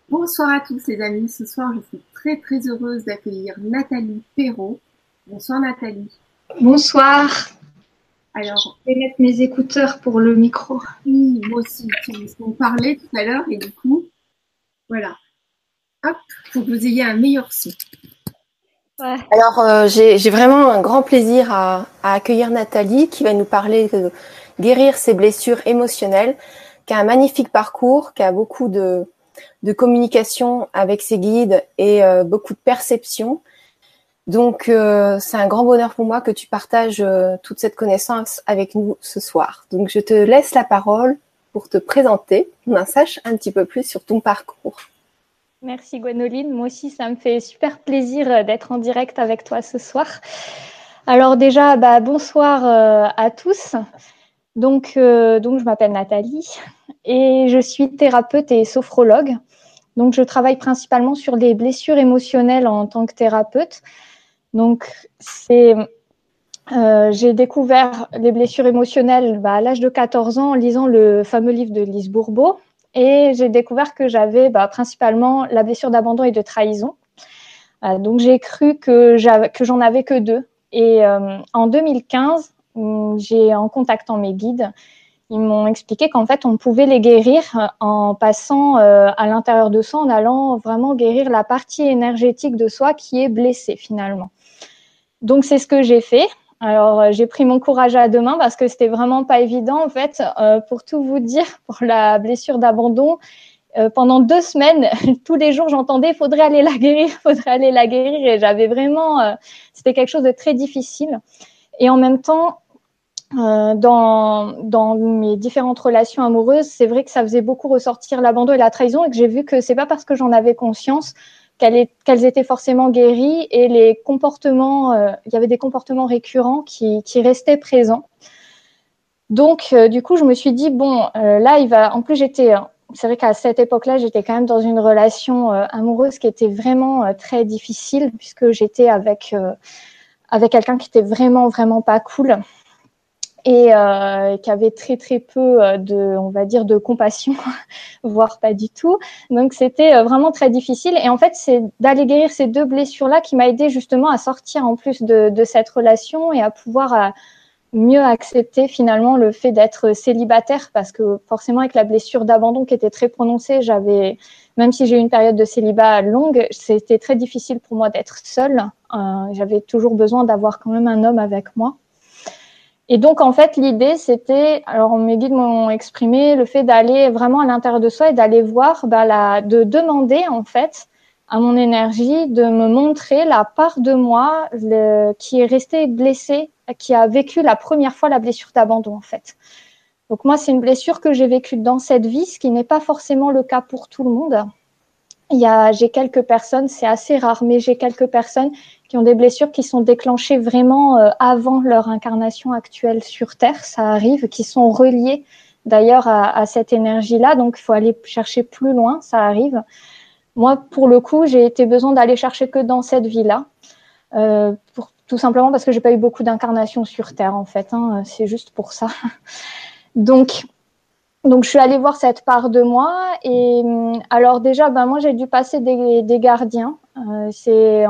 Bonsoir à tous les amis, ce soir je suis très très heureuse d'accueillir Nathalie Perrault. Bonsoir Nathalie. Bonsoir, Alors, je vais mettre mes écouteurs pour le micro. oui, moi aussi, on parlait tout à l'heure et du coup, voilà, hop, pour que vous ayez un meilleur son. Ouais. Alors, j'ai vraiment un grand plaisir à accueillir Nathalie qui va nous parler de guérir ses blessures émotionnelles, qui a un magnifique parcours, qui a beaucoup de communication avec ses guides et beaucoup de perception. Donc, c'est un grand bonheur pour moi que tu partages toute cette connaissance avec nous ce soir. Donc, je te laisse la parole pour te présenter, qu'on en sache un petit peu plus sur ton parcours. Merci Gwénoline, moi aussi ça me fait super plaisir d'être en direct avec toi ce soir. Alors déjà, bonsoir à tous. Donc je m'appelle Nathalie et je suis thérapeute et sophrologue. Donc je travaille principalement sur les blessures émotionnelles en tant que thérapeute. Donc j'ai découvert les blessures émotionnelles à l'âge de 14 ans en lisant le fameux livre de Lise Bourbeau. Et j'ai découvert que j'avais principalement la blessure d'abandon et de trahison. Donc j'ai cru que j'en avais que deux. Et en 2015, en contactant mes guides, ils m'ont expliqué qu'en fait, on pouvait les guérir en passant à l'intérieur de soi, en allant vraiment guérir la partie énergétique de soi qui est blessée finalement. Donc c'est ce que j'ai fait. Alors j'ai pris mon courage à deux mains parce que c'était vraiment pas évident en fait. Pour tout vous dire, pour la blessure d'abandon, pendant 2 semaines, tous les jours j'entendais faudrait aller la guérir, faudrait aller la guérir, et j'avais vraiment, c'était quelque chose de très difficile. Et en même temps, dans mes différentes relations amoureuses, c'est vrai que ça faisait beaucoup ressortir l'abandon et la trahison, et que j'ai vu que c'est pas parce que j'en avais conscience qu'elles étaient forcément guéries, et les comportements, il y avait des comportements récurrents qui restaient présents. Donc, du coup, je me suis dit bon, là, en plus c'est vrai qu'à cette époque-là, j'étais quand même dans une relation amoureuse qui était vraiment très difficile, puisque j'étais avec quelqu'un qui était vraiment vraiment pas cool, et qui avait très très peu on va dire, de compassion, voire pas du tout. Donc c'était vraiment très difficile. Et en fait, c'est d'aller guérir ces deux blessures-là qui m'a aidé justement à sortir en plus de cette relation, et à pouvoir mieux accepter finalement le fait d'être célibataire, parce que forcément avec la blessure d'abandon qui était très prononcée, même si j'ai eu une période de célibat longue, c'était très difficile pour moi d'être seule. J'avais toujours besoin d'avoir quand même un homme avec moi. Et donc, en fait, l'idée, c'était, alors mes guides m'ont exprimé le fait d'aller vraiment à l'intérieur de soi et d'aller voir, de demander, en fait, à mon énergie de me montrer la part de moi qui est restée blessée, qui a vécu la première fois la blessure d'abandon, en fait. Donc, moi, c'est une blessure que j'ai vécue dans cette vie, ce qui n'est pas forcément le cas pour tout le monde. J'ai quelques personnes, c'est assez rare, mais j'ai quelques personnes qui ont des blessures qui sont déclenchées vraiment avant leur incarnation actuelle sur Terre, ça arrive, qui sont reliées d'ailleurs à cette énergie-là, donc il faut aller chercher plus loin, ça arrive. Moi, pour le coup, j'ai été besoin d'aller chercher que dans cette vie-là, tout simplement parce que j'ai pas eu beaucoup d'incarnations sur Terre, en fait, c'est juste pour ça. Donc, je suis allée voir cette part de moi, et alors déjà, moi, j'ai dû passer des gardiens. C'est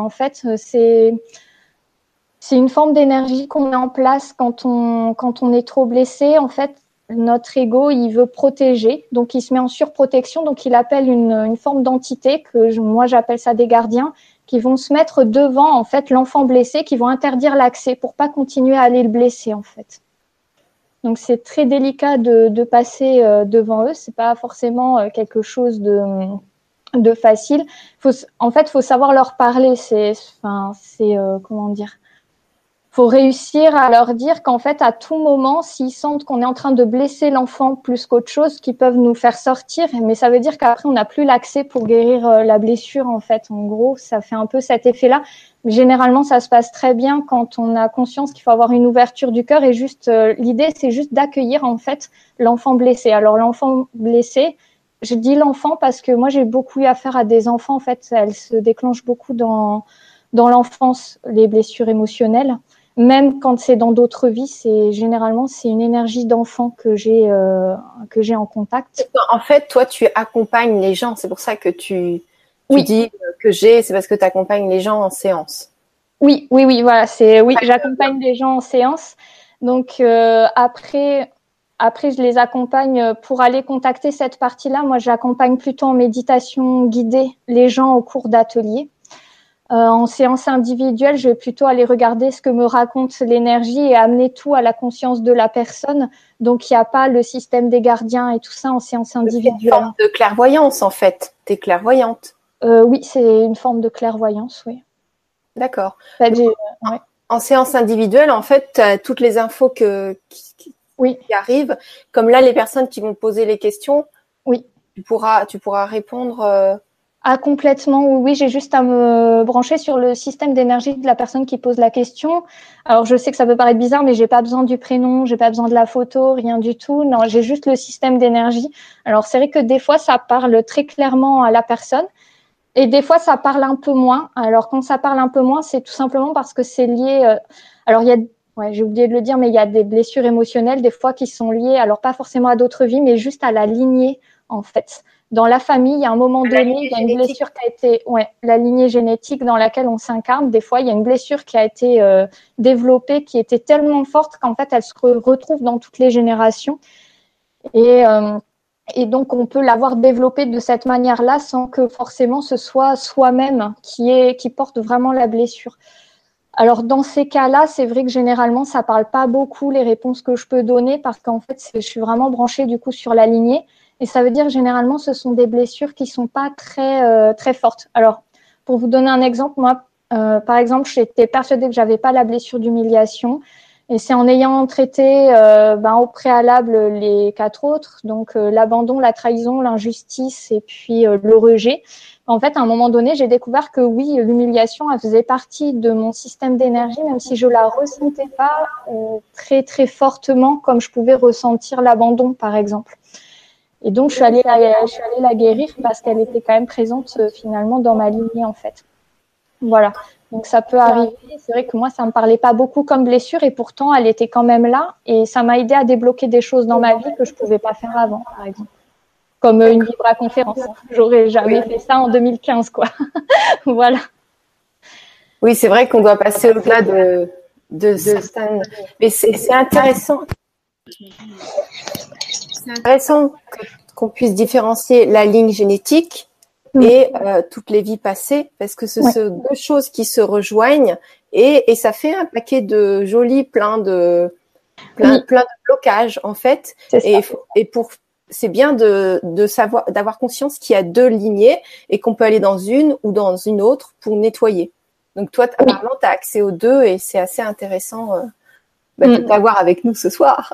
une forme d'énergie qu'on met en place quand on est trop blessé. En fait, notre ego, il veut protéger, donc il se met en surprotection, donc il appelle une forme d'entité moi j'appelle ça des gardiens, qui vont se mettre devant en fait l'enfant blessé, qui vont interdire l'accès pour pas continuer à aller le blesser en fait. Donc c'est très délicat de passer devant eux. C'est pas forcément quelque chose de facile. En fait, faut savoir leur parler. Comment dire. Faut réussir à leur dire qu'en fait, à tout moment, s'ils sentent qu'on est en train de blesser l'enfant plus qu'autre chose, qu'ils peuvent nous faire sortir. Mais ça veut dire qu'après, on n'a plus l'accès pour guérir la blessure. En fait, en gros, ça fait un peu cet effet-là. Généralement, ça se passe très bien quand on a conscience qu'il faut avoir une ouverture du cœur, et juste l'idée, c'est juste d'accueillir en fait l'enfant blessé. Alors l'enfant blessé, je dis l'enfant parce que moi j'ai beaucoup eu affaire à des enfants. En fait, elles se déclenchent beaucoup dans l'enfance, les blessures émotionnelles. même quand c'est dans d'autres vies, généralement c'est une énergie d'enfant que j'ai en contact. En fait, toi, tu accompagnes les gens. C'est pour ça que tu Oui. dis que c'est parce que tu accompagnes les gens en séance. Oui, voilà, j'accompagne les gens en séance. Donc après, je les accompagne pour aller contacter cette partie-là. Moi, j'accompagne plutôt en méditation guidée les gens au cours d'ateliers. En séance individuelle, je vais plutôt aller regarder ce que me raconte l'énergie et amener tout à la conscience de la personne. Donc, il n'y a pas le système des gardiens et tout ça en séance individuelle. C'est une forme de clairvoyance, en fait. Tu es clairvoyante. Oui, c'est une forme de clairvoyance, oui. D'accord. Ouais. En séance individuelle, en fait, tu as toutes les infos qui arrivent. Comme là, les personnes qui vont poser les questions, oui. tu pourras répondre. Ah, complètement, oui, j'ai juste à me brancher sur le système d'énergie de la personne qui pose la question. Alors, je sais que ça peut paraître bizarre, mais j'ai pas besoin du prénom, j'ai pas besoin de la photo, rien du tout. Non, j'ai juste le système d'énergie. Alors, c'est vrai que des fois, ça parle très clairement à la personne et des fois, ça parle un peu moins. Alors, quand ça parle un peu moins, c'est tout simplement parce que c'est lié. Alors, j'ai oublié de le dire, mais il y a des blessures émotionnelles, des fois, qui sont liées, alors pas forcément à d'autres vies, mais juste à la lignée, en fait. Dans la famille, à un moment donné, il y a une blessure qui a été, la lignée génétique dans laquelle on s'incarne. Des fois, il y a une blessure qui a été développée, qui était tellement forte qu'en fait, elle se retrouve dans toutes les générations. Et donc, on peut l'avoir développée de cette manière-là sans que forcément ce soit soi-même qui porte vraiment la blessure. Alors, dans ces cas-là, c'est vrai que généralement, ça parle pas beaucoup les réponses que je peux donner parce qu'en fait, je suis vraiment branchée du coup sur la lignée. Et ça veut dire que généralement, ce sont des blessures qui sont pas très fortes. Alors, pour vous donner un exemple, moi, par exemple, j'étais persuadée que j'avais pas la blessure d'humiliation. Et c'est en ayant traité au préalable les 4 autres, donc l'abandon, la trahison, l'injustice et puis le rejet. En fait, à un moment donné, j'ai découvert que oui, l'humiliation, elle faisait partie de mon système d'énergie, même si je la ressentais pas très fortement comme je pouvais ressentir l'abandon, par exemple. Et donc, je suis allée la guérir parce qu'elle était quand même présente finalement dans ma lignée, en fait. Voilà. Donc, ça peut arriver. C'est vrai que moi, ça me parlait pas beaucoup comme blessure et pourtant, elle était quand même là et ça m'a aidé à débloquer des choses dans ma vie que je pouvais pas faire avant, par exemple. Comme une vibra-conférence. J'aurais jamais fait ça en 2015, quoi. Voilà. Oui, c'est vrai qu'on doit passer au-delà de certaines. Mais c'est intéressant. C'est intéressant qu'on puisse différencier la ligne génétique et toutes les vies passées, parce que ce sont deux choses qui se rejoignent et ça fait un paquet de jolis plein de blocages en fait. C'est bien de savoir, d'avoir conscience qu'il y a deux lignées et qu'on peut aller dans une ou dans une autre pour nettoyer. Donc toi, apparemment, tu as accès aux deux et c'est assez intéressant de t'avoir avec nous ce soir.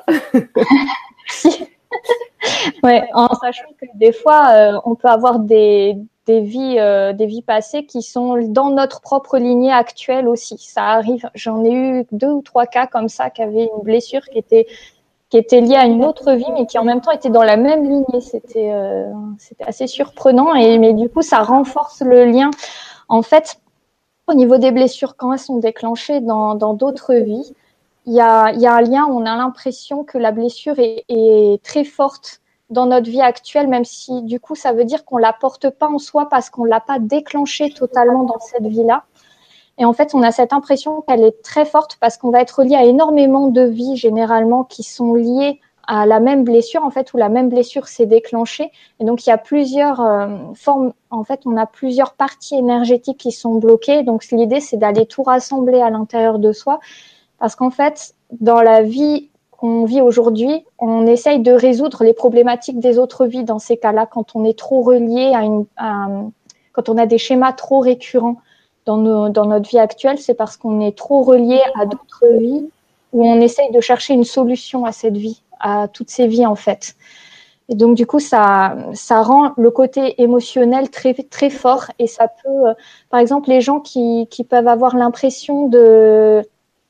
En sachant que des fois, on peut avoir des vies passées qui sont dans notre propre lignée actuelle aussi. Ça arrive. J'en ai eu 2 ou 3 cas comme ça qui avaient une blessure qui était liée à une autre vie, mais qui en même temps était dans la même lignée. C'était assez surprenant, mais du coup, ça renforce le lien. En fait, au niveau des blessures, quand elles sont déclenchées dans d'autres vies, il y a un lien où on a l'impression que la blessure est très forte dans notre vie actuelle, même si du coup, ça veut dire qu'on la porte pas en soi parce qu'on l'a pas déclenchée totalement dans cette vie-là. Et en fait, on a cette impression qu'elle est très forte parce qu'on va être lié à énormément de vies généralement qui sont liées à la même blessure, en fait, où la même blessure s'est déclenchée. Et donc, il y a plusieurs formes. En fait, on a plusieurs parties énergétiques qui sont bloquées. Donc, l'idée, c'est d'aller tout rassembler à l'intérieur de soi. Parce qu'en fait, dans la vie qu'on vit aujourd'hui, on essaye de résoudre les problématiques des autres vies dans ces cas-là, quand on est trop relié quand on a des schémas trop récurrents dans notre vie actuelle, c'est parce qu'on est trop relié à d'autres vies où on essaye de chercher une solution à cette vie, à toutes ces vies en fait. Et donc du coup, ça rend le côté émotionnel très fort et ça peut, par exemple, les gens qui peuvent avoir l'impression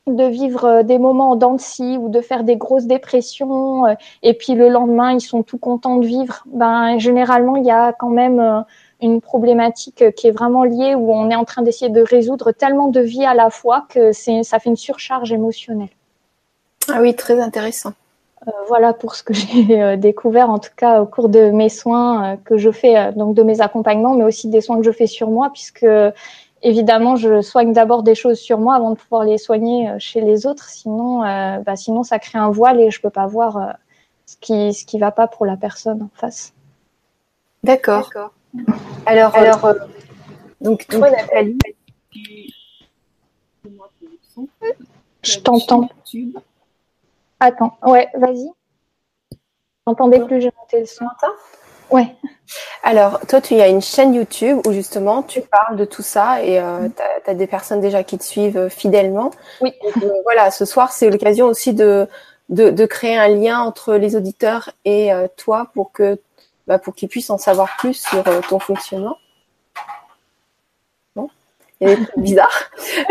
de vivre des moments en dents de scie ou de faire des grosses dépressions et puis le lendemain ils sont tout contents de vivre, ben généralement il y a quand même une problématique qui est vraiment liée où on est en train d'essayer de résoudre tellement de vies à la fois que ça fait une surcharge émotionnelle. Ah oui, très intéressant. Voilà pour ce que j'ai découvert en tout cas au cours de mes soins que je fais, donc de mes accompagnements, mais aussi des soins que je fais sur moi, puisque évidemment je soigne d'abord des choses sur moi avant de pouvoir les soigner chez les autres, sinon ça crée un voile et je peux pas voir ce qui va pas pour la personne en face. D'accord. Alors donc toi Nathalie, je t'entends. Attends, ouais, vas-y. J'entendais plus, j'ai monté le son. Ouais. Alors, toi, tu as une chaîne YouTube où justement tu parles de tout ça et tu as des personnes déjà qui te suivent fidèlement. Oui. Donc, voilà, ce soir, c'est l'occasion aussi de créer un lien entre les auditeurs et toi pour qu'ils puissent en savoir plus sur ton fonctionnement. Bon, il y a des trucs bizarres.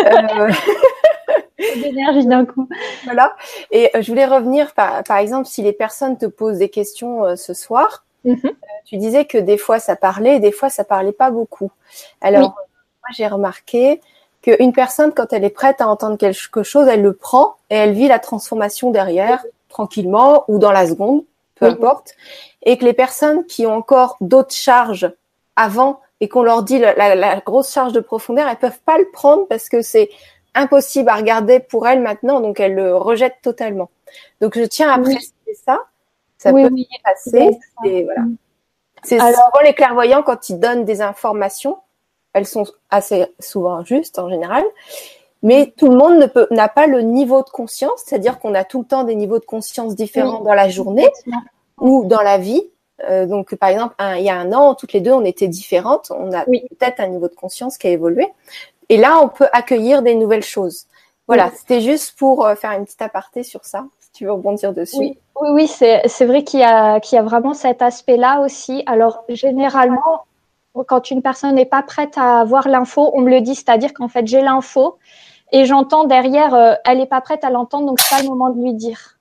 D'énergie d'un coup. Voilà. Et je voulais revenir, par exemple, si les personnes te posent des questions ce soir, tu disais que des fois ça parlait et des fois ça parlait pas beaucoup. Alors, moi j'ai remarqué qu'une personne, quand elle est prête à entendre quelque chose, elle le prend et elle vit la transformation derrière, tranquillement ou dans la seconde, peu importe. Et que les personnes qui ont encore d'autres charges avant et qu'on leur dit la grosse charge de profondeur, elles peuvent pas le prendre parce que c'est impossible à regarder pour elles maintenant, donc elles le rejettent totalement. Donc je tiens à préciser ça. Ça peut passer. Voilà. C'est souvent les clairvoyants, quand ils donnent des informations, elles sont assez souvent justes en général, mais tout le monde n'a pas le niveau de conscience, c'est-à-dire qu'on a tout le temps des niveaux de conscience différents dans la journée ou dans la vie. Donc par exemple, il y a un an, toutes les deux, on était différentes, on a peut-être un niveau de conscience qui a évolué, et là, on peut accueillir des nouvelles choses. Voilà, c'était juste pour faire une petite aparté sur ça. Tu veux rebondir dessus? Oui, c'est vrai qu'il y a vraiment cet aspect-là aussi. Alors, généralement, quand une personne n'est pas prête à avoir l'info, on me le dit, c'est-à-dire qu'en fait, j'ai l'info et j'entends derrière, elle n'est pas prête à l'entendre, donc c'est pas le moment de lui dire.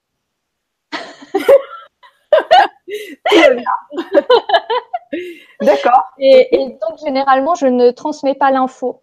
D'accord. Et donc, généralement, je ne transmets pas l'info.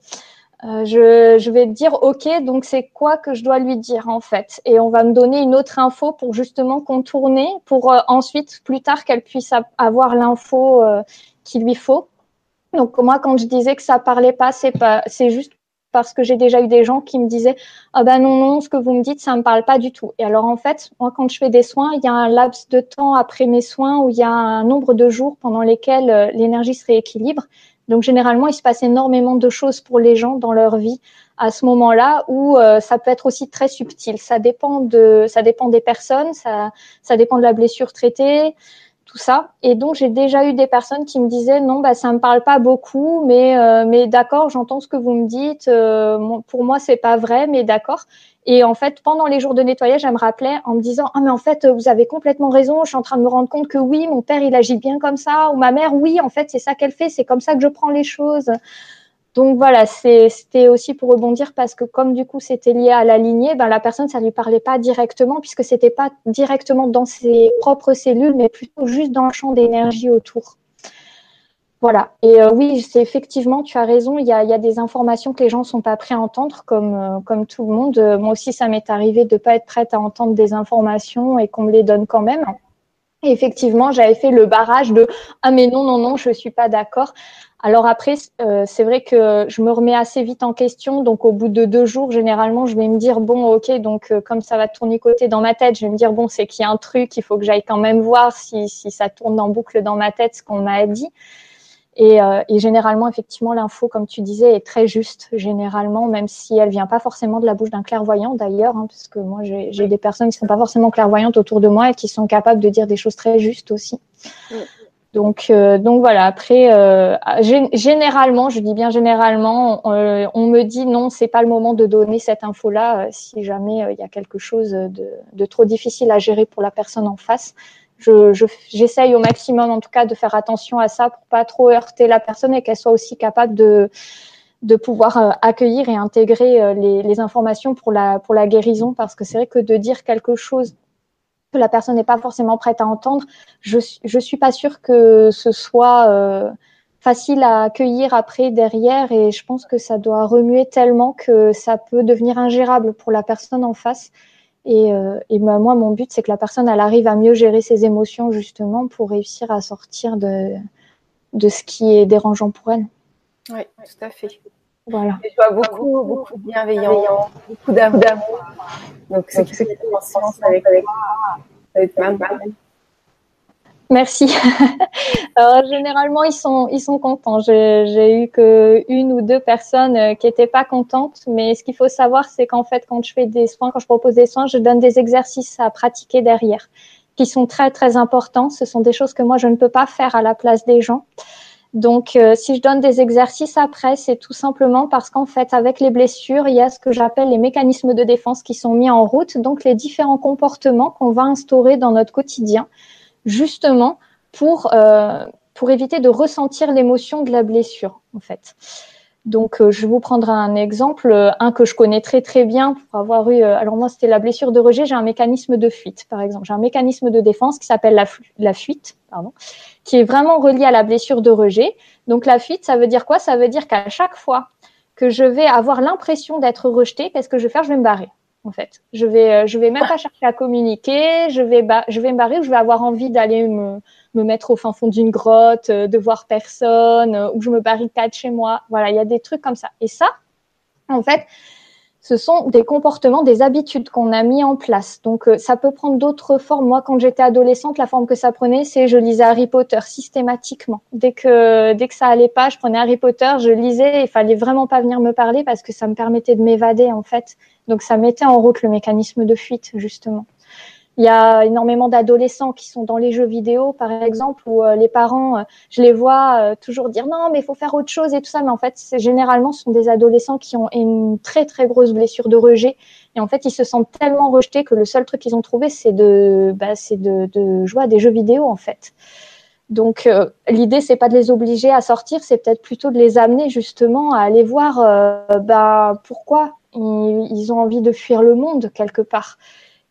Je vais te dire, OK, donc c'est quoi que je dois lui dire en fait? Et on va me donner une autre info pour justement contourner, pour ensuite, plus tard, qu'elle puisse avoir l'info qu'il lui faut. Donc moi, quand je disais que ça parlait pas, c'est juste parce que j'ai déjà eu des gens qui me disaient ah ben non, ce que vous me dites, ça me parle pas du tout. Et alors en fait, moi, quand je fais des soins, il y a un laps de temps après mes soins où il y a un nombre de jours pendant lesquels l'énergie se rééquilibre. Donc généralement, il se passe énormément de choses pour les gens dans leur vie à ce moment-là, où ça peut être aussi très subtil. Ça dépend des personnes, ça dépend de la blessure traitée, tout ça. Et donc j'ai déjà eu des personnes qui me disaient non, ça me parle pas beaucoup, mais d'accord, j'entends ce que vous me dites. Pour moi, c'est pas vrai, mais d'accord. Et en fait, pendant les jours de nettoyage, elle me rappelait en me disant ah mais en fait vous avez complètement raison. Je suis en train de me rendre compte que oui, mon père il agit bien comme ça, ou ma mère oui, en fait c'est ça qu'elle fait, c'est comme ça que je prends les choses. Donc voilà, c'était aussi pour rebondir parce que comme du coup c'était lié à la lignée, la personne ça lui parlait pas directement puisque c'était pas directement dans ses propres cellules, mais plutôt juste dans le champ d'énergie autour. Voilà. Et oui, c'est effectivement, tu as raison, il y a des informations que les gens sont pas prêts à entendre, comme tout le monde. Moi aussi, ça m'est arrivé de pas être prête à entendre des informations et qu'on me les donne quand même. Et effectivement, j'avais fait le barrage de ah mais non, je suis pas d'accord. Alors après, c'est vrai que je me remets assez vite en question. Donc au bout de 2 jours, généralement, je vais me dire bon, ok, donc comme ça va tournicoter dans ma tête, je vais me dire bon, c'est qu'il y a un truc, il faut que j'aille quand même voir si ça tourne en boucle dans ma tête ce qu'on m'a dit. Et généralement, effectivement, l'info, comme tu disais, est très juste, généralement, même si elle vient pas forcément de la bouche d'un clairvoyant, d'ailleurs, parce que moi, j'ai des personnes qui sont pas forcément clairvoyantes autour de moi et qui sont capables de dire des choses très justes aussi. Donc voilà. Après, généralement, je dis bien généralement, on me dit non, c'est pas le moment de donner cette info-là si jamais il y a quelque chose de trop difficile à gérer pour la personne en face. J'essaye au maximum, en tout cas, de faire attention à ça pour pas trop heurter la personne et qu'elle soit aussi capable de de pouvoir accueillir et intégrer les informations pour la guérison, parce que c'est vrai que de dire quelque chose que la personne n'est pas forcément prête à entendre, je suis pas sûre que ce soit facile à accueillir après derrière, et je pense que ça doit remuer tellement que ça peut devenir ingérable pour la personne en face. Et moi, mon but, c'est que la personne, elle arrive à mieux gérer ses émotions, justement, pour réussir à sortir de ce qui est dérangeant pour elle. Oui, tout à fait. Voilà. Et je vois beaucoup de bienveillance, beaucoup d'amour. Donc, c'est qui est en sens avec maman. Merci. Alors, généralement, ils sont contents. J'ai eu que 1 ou 2 personnes qui étaient pas contentes. Mais ce qu'il faut savoir, c'est qu'en fait, quand je fais des soins, quand je propose des soins, je donne des exercices à pratiquer derrière, qui sont très, très importants. Ce sont des choses que moi, je ne peux pas faire à la place des gens. Donc, si je donne des exercices après, c'est tout simplement parce qu'en fait, avec les blessures, il y a ce que j'appelle les mécanismes de défense qui sont mis en route. Donc, les différents comportements qu'on va instaurer dans notre quotidien, justement pour éviter de ressentir l'émotion de la blessure, en fait. Donc, je vais vous prendre un exemple, un que je connais très très bien pour avoir eu. Alors moi, c'était la blessure de rejet. J'ai un mécanisme de fuite, par exemple. J'ai un mécanisme de défense qui s'appelle la fuite, qui est vraiment relié à la blessure de rejet. Donc, la fuite, ça veut dire quoi? Ça veut dire qu'à chaque fois que je vais avoir l'impression d'être rejetée, qu'est-ce que je vais faire? Je vais me barrer. En fait, je vais même pas chercher à communiquer. Je vais me barrer, ou je vais avoir envie d'aller me mettre au fin fond d'une grotte, de voir personne, ou je me barricade chez moi. Voilà, il y a des trucs comme ça. Et ça, en fait, ce sont des comportements, des habitudes qu'on a mis en place. Donc, ça peut prendre d'autres formes. Moi, quand j'étais adolescente, la forme que ça prenait, c'est je lisais Harry Potter systématiquement. Dès que ça allait pas, je prenais Harry Potter, je lisais. Il fallait vraiment pas venir me parler parce que ça me permettait de m'évader, en fait. Donc, ça mettait en route le mécanisme de fuite, justement. Il y a énormément d'adolescents qui sont dans les jeux vidéo, par exemple, où les parents, je les vois toujours dire non, mais il faut faire autre chose et tout ça. Mais en fait, généralement, ce sont des adolescents qui ont une très, très grosse blessure de rejet. Et en fait, ils se sentent tellement rejetés que le seul truc qu'ils ont trouvé, c'est de jouer à des jeux vidéo, en fait. Donc, l'idée, c'est pas de les obliger à sortir, c'est peut-être plutôt de les amener justement à aller voir pourquoi ils ont envie de fuir le monde quelque part.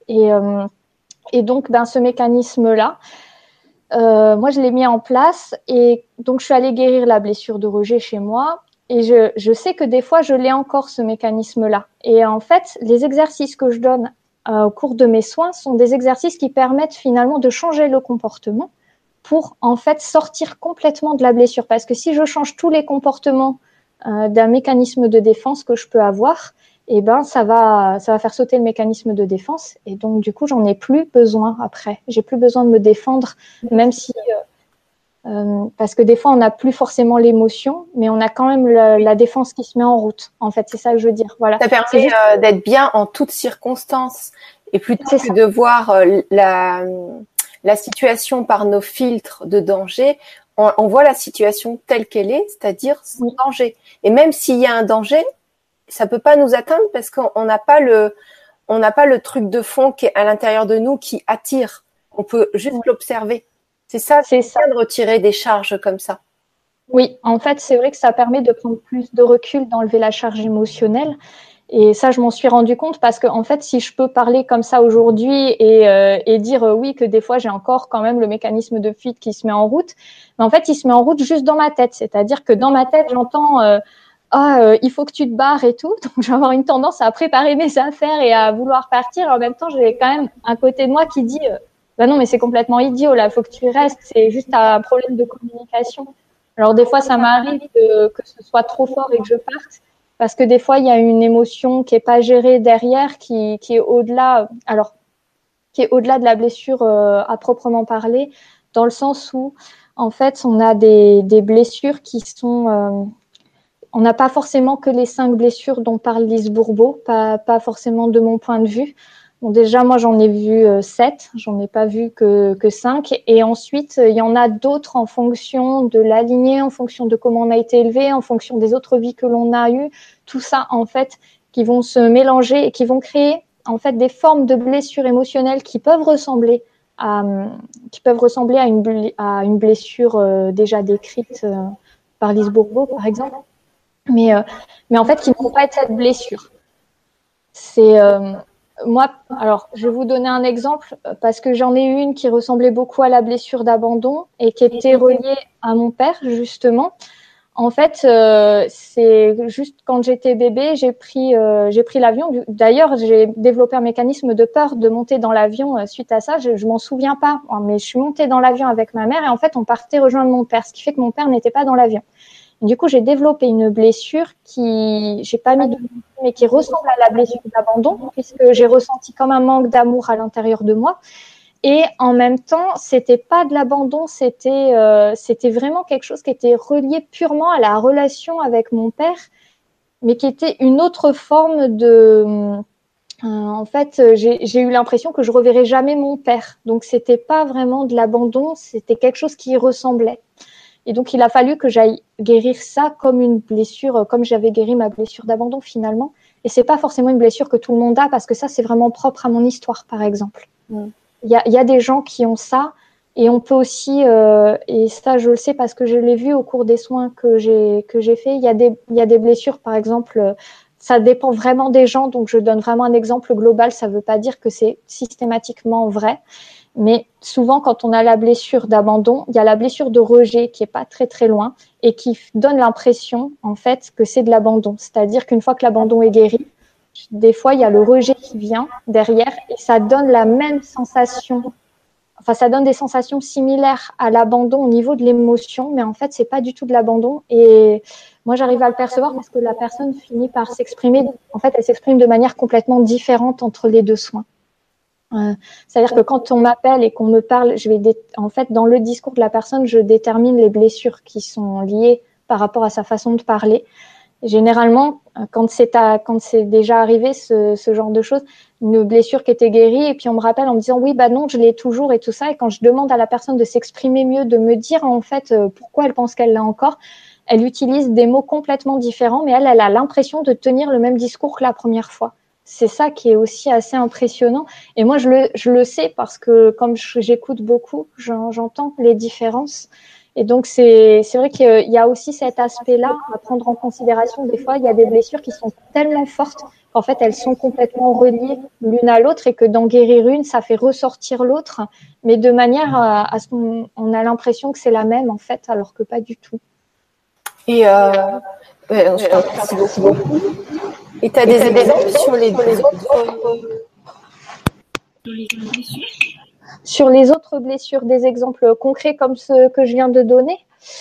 Et donc, ce mécanisme-là, moi, je l'ai mis en place, et donc je suis allée guérir la blessure de rejet chez moi. Et je sais que des fois, je l'ai encore, ce mécanisme-là. Et en fait, les exercices que je donne au cours de mes soins sont des exercices qui permettent finalement de changer le comportement pour en fait sortir complètement de la blessure. Parce que si je change tous les comportements d'un mécanisme de défense que je peux avoir, eh ben ça va faire sauter le mécanisme de défense, et donc du coup j'en ai plus besoin après. J'ai plus besoin de me défendre, même si parce que des fois on n'a plus forcément l'émotion, mais on a quand même la défense qui se met en route. En fait, c'est ça que je veux dire. Voilà. Ça permet juste d'être bien en toutes circonstances, et plutôt que de voir la situation par nos filtres de danger, on voit la situation telle qu'elle est, c'est-à-dire sans danger. Et même s'il y a un danger, ça peut pas nous atteindre parce qu'on n'a pas le truc de fond qui est à l'intérieur de nous qui attire. On peut juste l'observer. C'est ça de retirer des charges comme ça. Oui, en fait, c'est vrai que ça permet de prendre plus de recul, d'enlever la charge émotionnelle. Et ça, je m'en suis rendu compte parce que, en fait, si je peux parler comme ça aujourd'hui et dire oui que des fois j'ai encore quand même le mécanisme de fuite qui se met en route, mais en fait, il se met en route juste dans ma tête. C'est-à-dire que dans ma tête, j'entends il faut que tu te barres et tout. Donc, je vais avoir une tendance à préparer mes affaires et à vouloir partir. En même temps, j'ai quand même un côté de moi qui dit non, mais c'est complètement idiot là, faut que tu restes. C'est juste un problème de communication. Alors, des fois, ça m'arrive que ce soit trop fort et que je parte. Parce que des fois, il y a une émotion qui est pas gérée derrière, qui est au-delà, qui est au-delà de la blessure à proprement parler, dans le sens où, en fait, on a des blessures qui sont, on n'a pas forcément que les 5 blessures dont parle Lise Bourbeau, pas forcément de mon point de vue. Bon, déjà, moi, j'en ai vu 7, j'en ai pas vu que 5. Et ensuite, il y en a d'autres en fonction de la lignée, en fonction de comment on a été élevé, en fonction des autres vies que l'on a eues. Tout ça, en fait, qui vont se mélanger et qui vont créer, en fait, des formes de blessures émotionnelles qui peuvent ressembler à une blessure déjà décrite par Lise Bourbeau, par exemple. mais en fait qui ne vont pas être cette blessure. C'est moi, alors je vais vous donner un exemple parce que j'en ai eu une qui ressemblait beaucoup à la blessure d'abandon et qui était reliée à mon père justement. En fait, c'est juste quand j'étais bébé, j'ai pris l'avion. D'ailleurs, j'ai développé un mécanisme de peur de monter dans l'avion suite à ça. Je m'en souviens pas, mais je suis montée dans l'avion avec ma mère et en fait, on partait rejoindre mon père, ce qui fait que mon père n'était pas dans l'avion. Du coup, j'ai développé une blessure qui, j'ai pas mis de mots, mais qui ressemble à la blessure d'abandon, puisque j'ai ressenti comme un manque d'amour à l'intérieur de moi. Et en même temps, c'était pas de l'abandon, c'était vraiment quelque chose qui était relié purement à la relation avec mon père, mais qui était une autre forme de. En fait, j'ai eu l'impression que je reverrais jamais mon père. Donc, c'était pas vraiment de l'abandon, c'était quelque chose qui y ressemblait. Et donc, il a fallu que j'aille guérir ça comme une blessure, comme j'avais guéri ma blessure d'abandon finalement. Et c'est pas forcément une blessure que tout le monde a, parce que ça, c'est vraiment propre à mon histoire, par exemple. Il y a des gens qui ont ça, et on peut aussi, et ça, je le sais parce que je l'ai vu au cours des soins que j'ai fait. Il y a des blessures, par exemple. Ça dépend vraiment des gens, donc je donne vraiment un exemple global. Ça ne veut pas dire que c'est systématiquement vrai. Mais souvent, quand on a la blessure d'abandon, il y a la blessure de rejet qui est pas très très loin et qui donne l'impression, en fait, que c'est de l'abandon. C'est-à-dire qu'une fois que l'abandon est guéri, des fois, il y a le rejet qui vient derrière et ça donne la même sensation. Enfin, ça donne des sensations similaires à l'abandon au niveau de l'émotion, mais en fait, c'est pas du tout de l'abandon. Et moi, j'arrive à le percevoir parce que la personne finit par s'exprimer. En fait, elle s'exprime de manière complètement différente entre les deux soins. C'est-à-dire que quand on m'appelle et qu'on me parle, en fait, dans le discours de la personne, je détermine les blessures qui sont liées par rapport à sa façon de parler. Et généralement, quand c'est déjà arrivé ce genre de choses, une blessure qui était guérie, et puis on me rappelle en me disant oui, bah non, je l'ai toujours et tout ça. Et quand je demande à la personne de s'exprimer mieux, de me dire en fait pourquoi elle pense qu'elle l'a encore, elle utilise des mots complètement différents, mais elle a l'impression de tenir le même discours que la première fois. C'est ça qui est aussi assez impressionnant. Et moi, je le sais parce que comme j'écoute beaucoup, j'entends les différences. Et donc, c'est vrai qu'il y a aussi cet aspect-là à prendre en considération. Des fois, il y a des blessures qui sont tellement fortes qu'en fait, elles sont complètement reliées l'une à l'autre et que d'en guérir une, ça fait ressortir l'autre, mais de manière à ce qu'on a l'impression que c'est la même, en fait, alors que pas du tout. Et je t'en remercie beaucoup. Et tu as des exemples sur les autres blessures? Sur les autres blessures, des exemples concrets comme ceux que je viens de donner.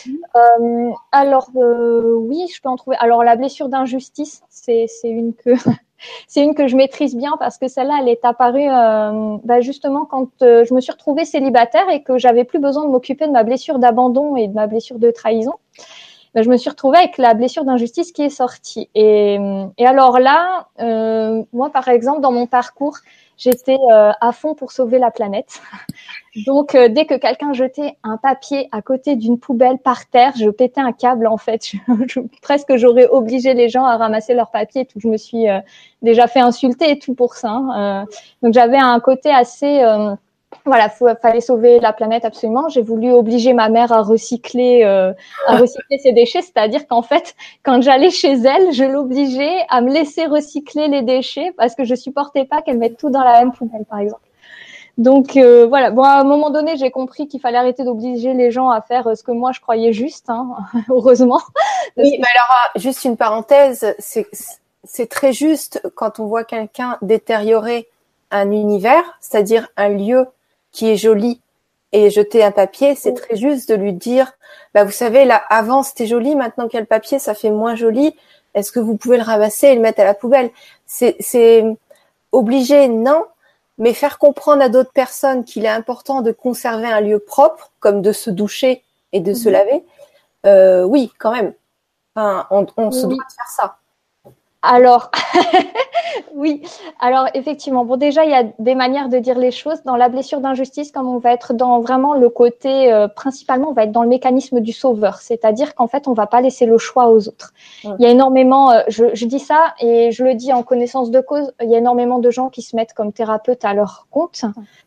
Oui, je peux en trouver. Alors la blessure d'injustice, c'est une que c'est une que je maîtrise bien parce que celle-là, elle est apparue justement quand je me suis retrouvée célibataire et que j'avais plus besoin de m'occuper de ma blessure d'abandon et de ma blessure de trahison. Je me suis retrouvée avec la blessure d'injustice qui est sortie. Et alors là, moi, par exemple, dans mon parcours, j'étais à fond pour sauver la planète. Donc, dès que quelqu'un jetait un papier à côté d'une poubelle par terre, je pétais un câble, en fait. Presque, j'aurais obligé les gens à ramasser leur papier et tout. Je me suis déjà fait insulter et tout pour ça. Donc, j'avais un côté assez... voilà, fallait sauver la planète absolument. J'ai voulu obliger ma mère à recycler ses déchets, c'est-à-dire qu'en fait, quand j'allais chez elle, je l'obligeais à me laisser recycler les déchets parce que je supportais pas qu'elle mette tout dans la même poubelle, par exemple. Donc voilà. Bon, à un moment donné, j'ai compris qu'il fallait arrêter d'obliger les gens à faire ce que moi je croyais juste, heureusement. Oui, mais alors juste une parenthèse, c'est très juste quand on voit quelqu'un détériorer un univers, c'est-à-dire un lieu qui est joli et jeter un papier, c'est très juste de lui dire, vous savez, là, avant c'était joli, maintenant qu'il y a le papier, ça fait moins joli. Est-ce que vous pouvez le ramasser et le mettre à la poubelle? C'est obligé, non, mais faire comprendre à d'autres personnes qu'il est important de conserver un lieu propre, comme de se doucher et de se laver, oui, quand même. Enfin, on se doit de faire ça. Alors, oui. Alors, effectivement, bon, déjà, il y a des manières de dire les choses. Dans la blessure d'injustice, comme on va être dans vraiment le côté, principalement, on va être dans le mécanisme du sauveur. C'est-à-dire qu'en fait, on va pas laisser le choix aux autres. Il y a énormément, je dis ça et je le dis en connaissance de cause, il y a énormément de gens qui se mettent comme thérapeutes à leur compte.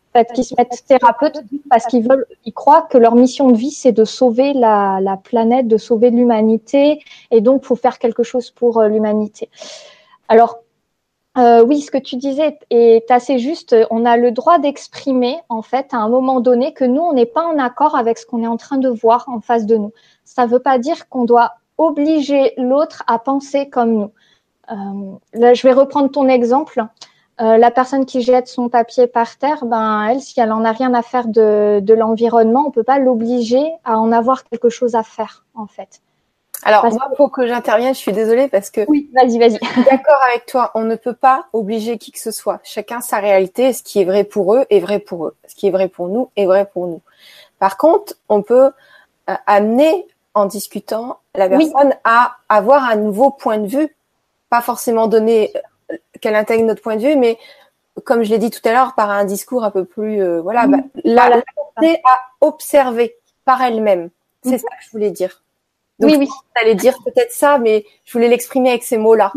en fait, qui se mettent thérapeutes parce ils croient que leur mission de vie, c'est de sauver la planète, de sauver l'humanité, et donc faut faire quelque chose pour l'humanité. Alors, oui, ce que tu disais est assez juste. On a le droit d'exprimer, en fait, à un moment donné, que nous, on n'est pas en accord avec ce qu'on est en train de voir en face de nous. Ça ne veut pas dire qu'on doit obliger l'autre à penser comme nous. Là, je vais reprendre ton exemple. La personne qui jette son papier par terre, elle, si elle en a rien à faire de l'environnement, on peut pas l'obliger à en avoir quelque chose à faire, en fait. Alors, moi, faut que j'intervienne, je suis désolée parce que. Oui, vas-y. Je suis d'accord avec toi. On ne peut pas obliger qui que ce soit. Chacun sa réalité. Ce qui est vrai pour eux est vrai pour eux. Ce qui est vrai pour nous est vrai pour nous. Par contre, on peut amener, en discutant, la personne à avoir un nouveau point de vue. Pas forcément donner qu'elle intègre notre point de vue, mais comme je l'ai dit tout à l'heure, par un discours un peu plus, la porter à observer par elle-même. C'est ça que je voulais dire. Donc, oui. Tu allais dire peut-être ça, mais je voulais l'exprimer avec ces mots-là.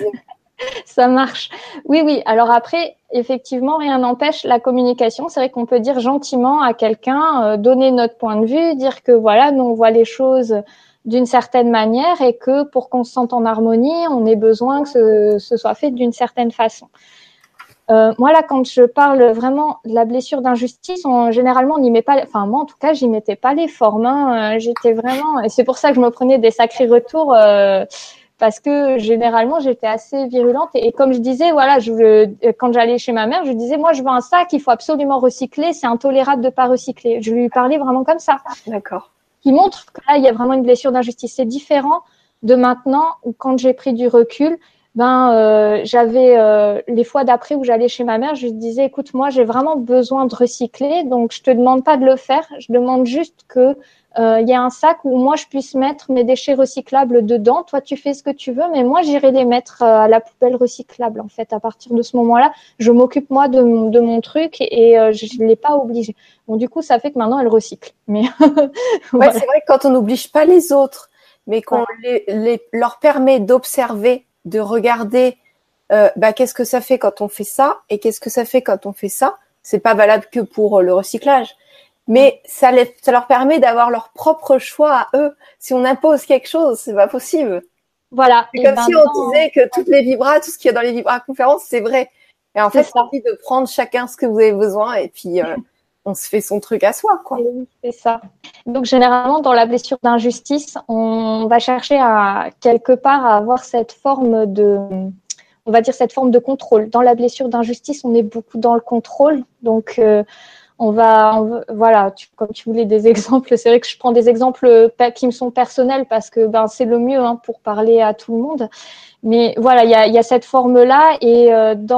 Ça marche. Oui. Alors après, effectivement, rien n'empêche la communication. C'est vrai qu'on peut dire gentiment à quelqu'un, donner notre point de vue, dire que voilà, nous on voit les choses d'une certaine manière et que pour qu'on se sente en harmonie, on ait besoin que ce soit fait d'une certaine façon. Moi là, quand je parle vraiment de la blessure d'injustice, généralement on n'y met pas. Enfin moi en tout cas, j'y mettais pas les formes. J'étais vraiment, et c'est pour ça que je me prenais des sacrés retours. Parce que généralement j'étais assez virulente et comme je disais quand j'allais chez ma mère je disais moi je veux un sac, il faut absolument recycler, c'est intolérable de pas recycler. Je lui parlais vraiment comme ça. D'accord. Qui montre que là il y a vraiment une blessure d'injustice. C'est différent de maintenant où quand j'ai pris du recul, j'avais les fois d'après où j'allais chez ma mère, je lui disais écoute moi j'ai vraiment besoin de recycler, donc je te demande pas de le faire, je demande juste que il y a un sac où moi je puisse mettre mes déchets recyclables dedans. Toi, tu fais ce que tu veux, mais moi j'irai les mettre à la poubelle recyclable. En fait, à partir de ce moment-là, je m'occupe moi de mon truc et je l'ai pas obligée. Bon, du coup, ça fait que maintenant elle recycle. Mais voilà. C'est vrai que quand on n'oblige pas les autres, mais qu'on leur permet d'observer, de regarder, qu'est-ce que ça fait quand on fait ça et qu'est-ce que ça fait quand on fait ça. C'est pas valable que pour le recyclage. Mais ça leur permet d'avoir leur propre choix à eux. Si on impose quelque chose, c'est pas possible. Voilà. C'est comme si on disait que toutes les vibras, tout ce qu'il y a dans les vibras conférences, c'est vrai. Et en fait, c'est envie de prendre chacun ce que vous avez besoin et puis on se fait son truc à soi, quoi. Oui, c'est ça. Donc généralement, dans la blessure d'injustice, on va chercher à quelque part à avoir cette forme cette forme de contrôle. Dans la blessure d'injustice, on est beaucoup dans le contrôle. Donc comme tu voulais des exemples, c'est vrai que je prends des exemples qui me sont personnels parce que c'est le mieux pour parler à tout le monde. Mais voilà, il y a cette forme-là et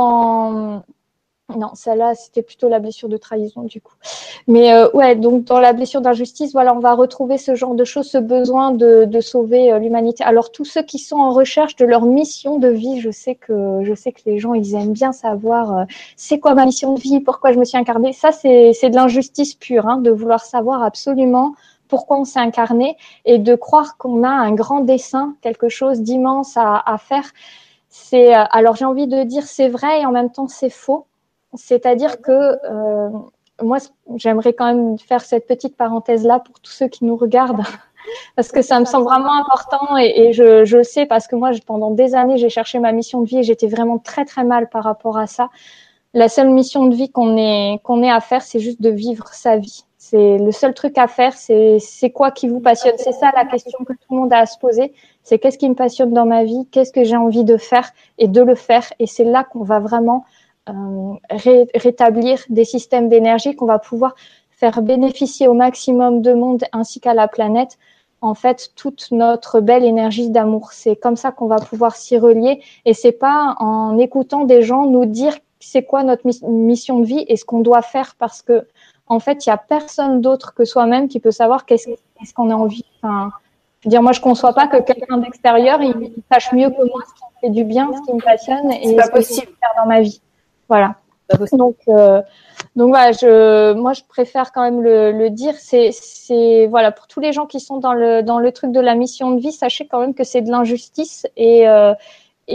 non, celle-là, c'était plutôt la blessure de trahison, du coup. Mais donc dans la blessure d'injustice, on va retrouver ce genre de choses, ce besoin de sauver l'humanité. Alors, tous ceux qui sont en recherche de leur mission de vie, je sais que les gens, ils aiment bien savoir c'est quoi ma mission de vie, pourquoi je me suis incarnée. Ça, c'est de l'injustice pure, de vouloir savoir absolument pourquoi on s'est incarné et de croire qu'on a un grand dessein, quelque chose d'immense à faire. Alors, j'ai envie de dire c'est vrai et en même temps, c'est faux. C'est-à-dire que moi, j'aimerais quand même faire cette petite parenthèse-là pour tous ceux qui nous regardent, parce que ça me semble vraiment important et je le sais parce que moi, pendant des années, j'ai cherché ma mission de vie et j'étais vraiment très, très mal par rapport à ça. La seule mission de vie qu'on ait à faire, c'est juste de vivre sa vie. C'est le seul truc à faire, c'est quoi qui vous passionne. C'est ça la question que tout le monde a à se poser. C'est qu'est-ce qui me passionne dans ma vie, qu'est-ce que j'ai envie de faire et de le faire. Et c'est là qu'on va vraiment rétablir des systèmes d'énergie qu'on va pouvoir faire bénéficier au maximum de monde ainsi qu'à la planète en fait toute notre belle énergie d'amour. C'est comme ça qu'on va pouvoir s'y relier et c'est pas en écoutant des gens nous dire c'est quoi notre mission de vie et ce qu'on doit faire parce que en fait il y a personne d'autre que soi-même qui peut savoir qu'est-ce qu'on a envie. Enfin, je veux dire, moi je conçois pas que quelqu'un d'extérieur il sache mieux que moi ce qui me fait du bien, ce qui me passionne et ce que je veux faire dans ma vie. Voilà. Donc voilà, moi je préfère quand même le dire. C'est voilà pour tous les gens qui sont dans le truc de la mission de vie, sachez quand même que c'est de l'injustice et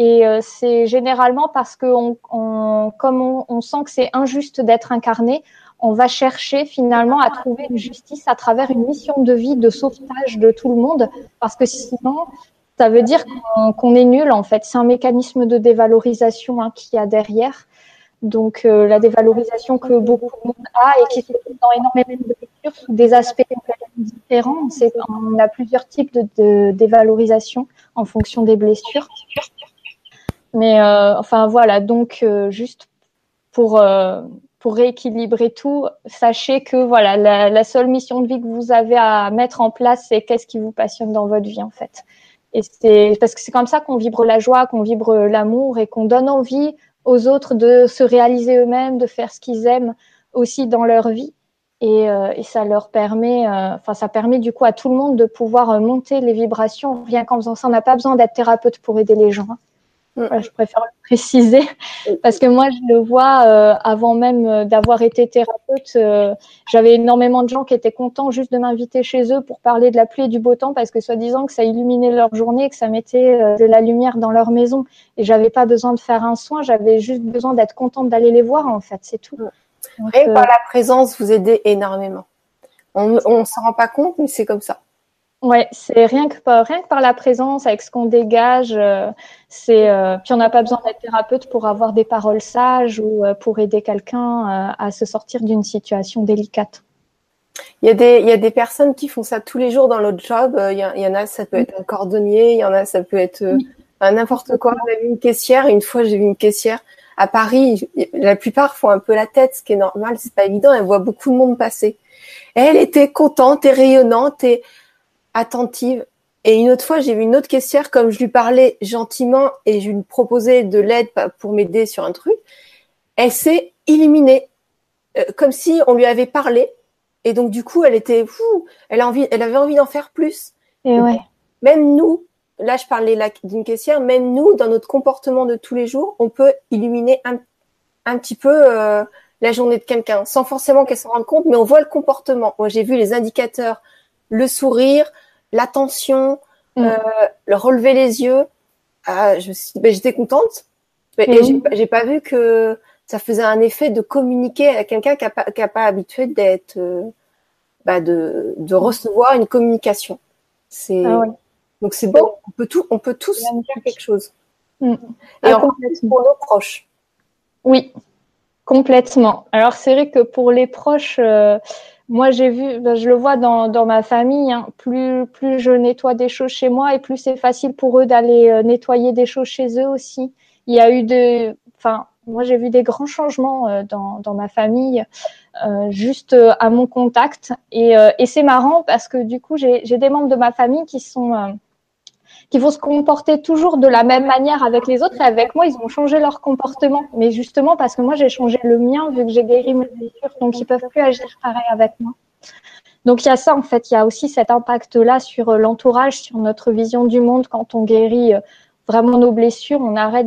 c'est généralement parce que comme on sent que c'est injuste d'être incarné, on va chercher finalement à trouver une justice à travers une mission de vie de sauvetage de tout le monde, parce que sinon, ça veut dire qu'on est nul en fait. C'est un mécanisme de dévalorisation qu'il y a derrière. Donc la dévalorisation que beaucoup de monde a et qui se trouve dans énormément de lectures sous des aspects complètement différents. On a plusieurs types de dévalorisation en fonction des blessures. Mais enfin voilà, donc juste pour rééquilibrer tout, sachez que voilà, la seule mission de vie que vous avez à mettre en place, c'est qu'est-ce qui vous passionne dans votre vie en fait. Et c'est parce que c'est comme ça qu'on vibre la joie, qu'on vibre l'amour et qu'on donne envie aux autres de se réaliser eux-mêmes, de faire ce qu'ils aiment aussi dans leur vie. Et ça leur permet, ça permet du coup à tout le monde de pouvoir monter les vibrations. Rien qu'en faisant ça, on n'a pas besoin d'être thérapeute pour aider les gens. Voilà, je préfère le préciser parce que moi, je le vois avant même d'avoir été thérapeute. J'avais énormément de gens qui étaient contents juste de m'inviter chez eux pour parler de la pluie et du beau temps parce que soi-disant que ça illuminait leur journée, que ça mettait de la lumière dans leur maison. Et j'avais pas besoin de faire un soin, j'avais juste besoin d'être contente d'aller les voir en fait, c'est tout. Donc, rien que par la présence, vous aidez énormément. On s'en rend pas compte, mais c'est comme ça. Ouais, c'est rien que par la présence, avec ce qu'on dégage, puis on n'a pas besoin d'être thérapeute pour avoir des paroles sages ou pour aider quelqu'un à se sortir d'une situation délicate. Il y a des personnes qui font ça tous les jours dans leur job. Il y en a, ça peut être un cordonnier, il y en a, ça peut être n'importe quoi. On a vu une caissière. Une fois, j'ai vu une caissière à Paris. La plupart font un peu la tête, ce qui est normal. C'est pas évident. Elle voit beaucoup de monde passer. Elle était contente et rayonnante et attentive. Et une autre fois, j'ai vu une autre caissière, comme je lui parlais gentiment et je lui proposais de l'aide pour m'aider sur un truc, elle s'est illuminée, comme si on lui avait parlé. Et donc, du coup, elle avait envie d'en faire plus. Et ouais. Même nous, là, je parlais d'une caissière, même nous, dans notre comportement de tous les jours, on peut illuminer un petit peu la journée de quelqu'un, sans forcément qu'elle s'en rende compte, mais on voit le comportement. Moi, j'ai vu les indicateurs, le sourire, l'attention, le relever les yeux. J'étais contente. Et j'ai pas vu que ça faisait un effet de communiquer à quelqu'un qui a pas habitué d'être, de recevoir une communication. Donc c'est bon. On peut tous faire quelque chose. Et encore plus pour nos proches. Oui, complètement. Alors c'est vrai que pour les proches, moi j'ai vu, je le vois dans ma famille, plus je nettoie des choses chez moi et plus c'est facile pour eux d'aller nettoyer des choses chez eux aussi. Il y a eu moi j'ai vu des grands changements dans ma famille juste à mon contact et c'est marrant parce que du coup j'ai des membres de ma famille qui vont se comporter toujours de la même manière avec les autres et avec moi ils ont changé leur comportement, mais justement parce que moi j'ai changé le mien vu que j'ai guéri mes blessures, donc ils peuvent plus agir pareil avec moi. Donc il y a ça en fait, il y a aussi cet impact là sur l'entourage, sur notre vision du monde. Quand on guérit vraiment nos blessures, on arrête